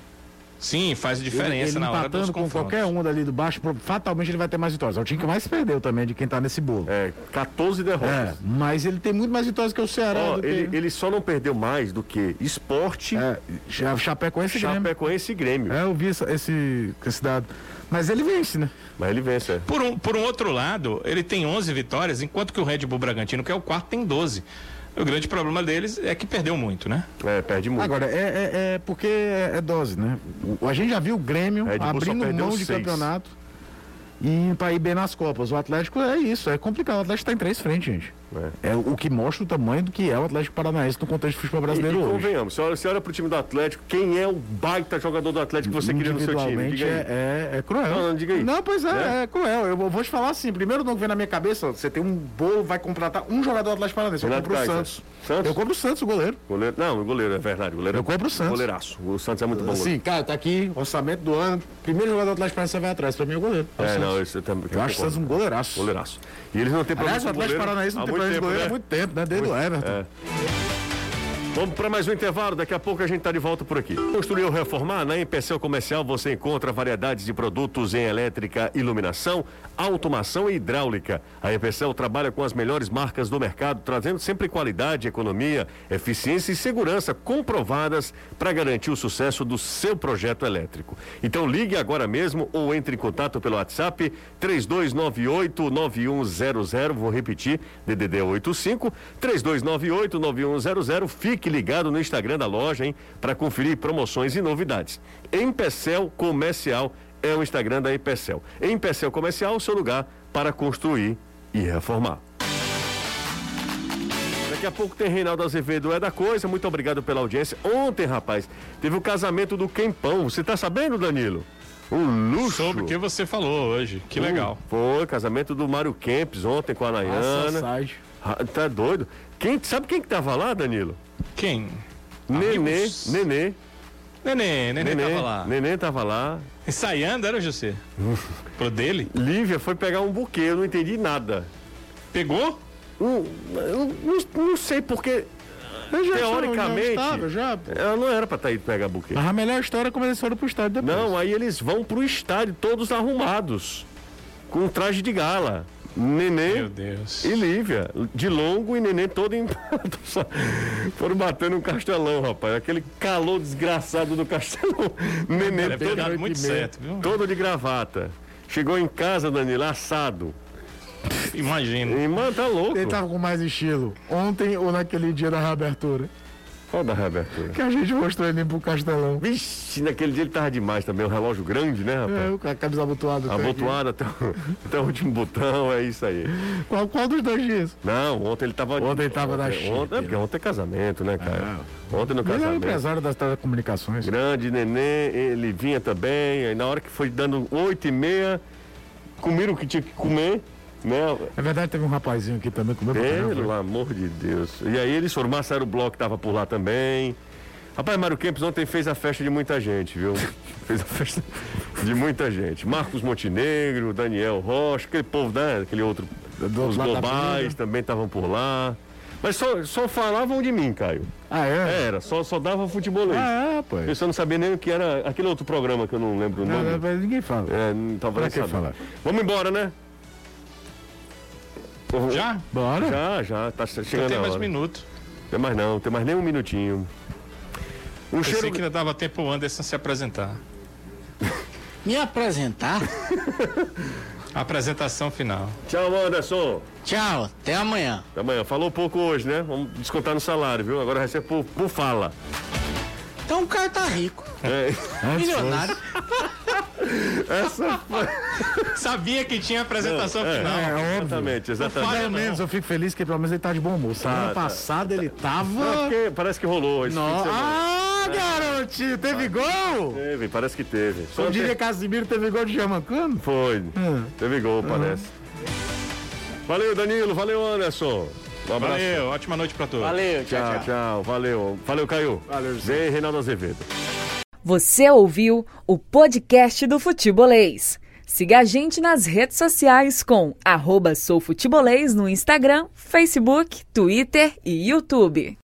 Sim, faz Ele, diferença ele na hora dos empatando com confrontos. qualquer um dali do baixo, pro- fatalmente ele vai ter mais vitórias. É o time que mais perdeu também de quem tá nesse bolo. É, quatorze derrotas. É, mas ele tem muito mais vitórias que o Ceará. Ó, do que- ele, ele só não perdeu mais do que Esporte, É, Cha- Chapecoense e Grêmio. Chapecoense e Grêmio. É, eu vi essa- esse, esse dado. Mas ele vence, né? Mas ele vence, é. Por um, por um outro lado, ele tem onze vitórias, enquanto que o Red Bull Bragantino, que é o quarto, tem doze. O grande problema deles é que perdeu muito, né? É, perde muito. Agora, é, é, é porque é, é dose, né? O, a gente já viu o Grêmio Red Bull abrindo só perdeu mão de seis. campeonato e para ir bem nas Copas. O Atlético é isso, é complicado. O Atlético está em três frentes, gente. É. é o que mostra o tamanho do que é o Atlético Paranaense no contexto do futebol brasileiro e, e hoje. convenhamos, você olha, você olha pro time do Atlético, quem é o baita jogador do Atlético que você queria no seu time? Diga aí. É, é, é cruel. Não, não, diga aí. Não, pois é, É? é, cruel. Eu vou te falar assim, primeiro não vem na minha cabeça, você tem um bolo, vai contratar um jogador do Atlético Paranaense. Eu Renato compro o Kaiser. Santos. Santos? Eu compro o Santos, o goleiro. Goleiro, não, o goleiro, é verdade. O goleiro, Eu compro o Santos. Goleiraço. O Santos é muito bom. Assim, cara, tá aqui, orçamento do ano, primeiro jogador do Atlético Paranaense vai atrás, pra mim é o goleiro. É, o É, Santos. não, isso eu também. Eu acho o Santos um goleiraço. Goleiraço. E eles não têm problema. Aliás, o com Atlético goleiro Paranaense não há tem muito problema de tempo, goleiro né? há muito tempo, né? Desde o Everton. É. Vamos para mais um intervalo, daqui a pouco a gente está de volta por aqui. Construir ou reformar? Na Empecel Comercial você encontra variedades de produtos em elétrica, iluminação, automação e hidráulica. A Empecel trabalha com as melhores marcas do mercado, trazendo sempre qualidade, economia, eficiência e segurança comprovadas para garantir o sucesso do seu projeto elétrico. Então ligue agora mesmo ou entre em contato pelo WhatsApp três dois nove oito nove um zero zero, vou repetir, D D D oitenta e cinco, três dois nove oito nove um zero zero. Fique ligado no Instagram da loja, hein, para conferir promoções e novidades. Empecel Comercial é o Instagram da Empecel. Empecel Comercial, seu lugar para construir e reformar. Daqui a pouco tem Reinaldo Azevedo, é da coisa. Muito obrigado pela audiência. Ontem, rapaz, teve o casamento do Quempão. Você tá sabendo, Danilo? Um luxo. Soube o que você falou hoje. Que legal. Foi, casamento do Mário Kempes ontem com a Nayana. Ah, tá doido? Quem, sabe quem que tava lá, Danilo? Quem? Nenê, Amigos? Nenê. Nenê, Nenê, Nenê tava lá. Nenê tava lá. Ensaiando, era, José? Pro dele? Lívia foi pegar um buquê, eu não entendi nada. Pegou? Não, eu não, não sei porque, Já teoricamente, estava, já. ela não era pra estar indo pegar buquê. Mas a melhor história é quando eles foram pro estádio depois. Não, aí eles vão pro estádio todos arrumados, com traje de gala. Nenê Meu Deus. e Lívia, de longo e Nenê todo em... Foram batendo um castelão, rapaz. Aquele calor desgraçado do castelão. Nenê Deve ter todo, dado muito certo, viu? todo de gravata. Chegou em casa, Danilo, assado. Imagina. E, mano, tá louco. Ele tava com mais estilo. Ontem ou naquele dia da reabertura. Qual da reabertura? Que a gente mostrou ele pro Castelão. Vixe, naquele dia ele tava demais também. Um relógio grande, né, rapaz? É, com a camisa abotoada. Abotoado até, o- até o último botão, é isso aí. Qual, qual dos dois dias? Não, ontem ele tava... Ontem ele tava da ontem, chique, ontem, é porque ontem é casamento, né, cara? Ontem no Ele é o casamento. empresário das telecomunicações. Grande, Nenê, ele vinha também. Aí na hora que foi dando oito e meia, comeram o que tinha que comer, né? É verdade, teve um rapazinho aqui também comeu pra caramba. Pelo amor de Deus. E aí eles foram, Marcelo Bloch tava por lá também. Rapaz, Mário Kempes ontem fez a festa de muita gente, viu? Fez a festa de muita gente. Marcos Montenegro, Daniel Rocha, aquele povo, né? Aquele outro. Do Os lado da globais avenida. também estavam por lá. Mas só, só falavam de mim, Caio. Ah, é? Era, só, só dava futebolês. Ah, é, rapaz. Eu só não sabia nem o que era aquele outro programa que eu não lembro o Não, nome. não, mas ninguém fala. É, não tava Pra nem que sabendo. falar? Vamos embora, né? Já? Bora? Já, já, tá chegando Não tem a mais hora. minuto. Tem mais não, tem mais nem um minutinho. Um Pensei cheiro... que ainda dava tempo o Anderson se apresentar. Me apresentar? A apresentação final. Tchau, Anderson. Tchau, até amanhã. Até amanhã. Falou pouco hoje, né? Vamos descontar no salário, viu? Agora vai ser por, por fala. Então o cara tá rico. É. Milionário. Essa foi... Sabia que tinha apresentação É, final. É óbvio. Exatamente, exatamente. falha, Pelo menos eu fico feliz que pelo menos ele tá de bom humor. Semana Tá, tá. passada ele tava. Não, porque parece que rolou esse fim de No... semana. Ah, garotinho, teve gol? Teve, parece que teve. Só Eu diria te- Casimiro teve gol de Jamancano? Foi. Hum. Teve gol, parece. Valeu, Danilo. Valeu, Anderson. Um abraço. Valeu, ótima noite pra todos. Valeu, tchau, Tchau, tchau. tchau. Valeu. Valeu, Caio. Valeu, José. Vem, Reinaldo Azevedo. Você ouviu o podcast do Futebolês. Siga a gente nas redes sociais com arroba soufutebolês no Instagram, Facebook, Twitter e YouTube.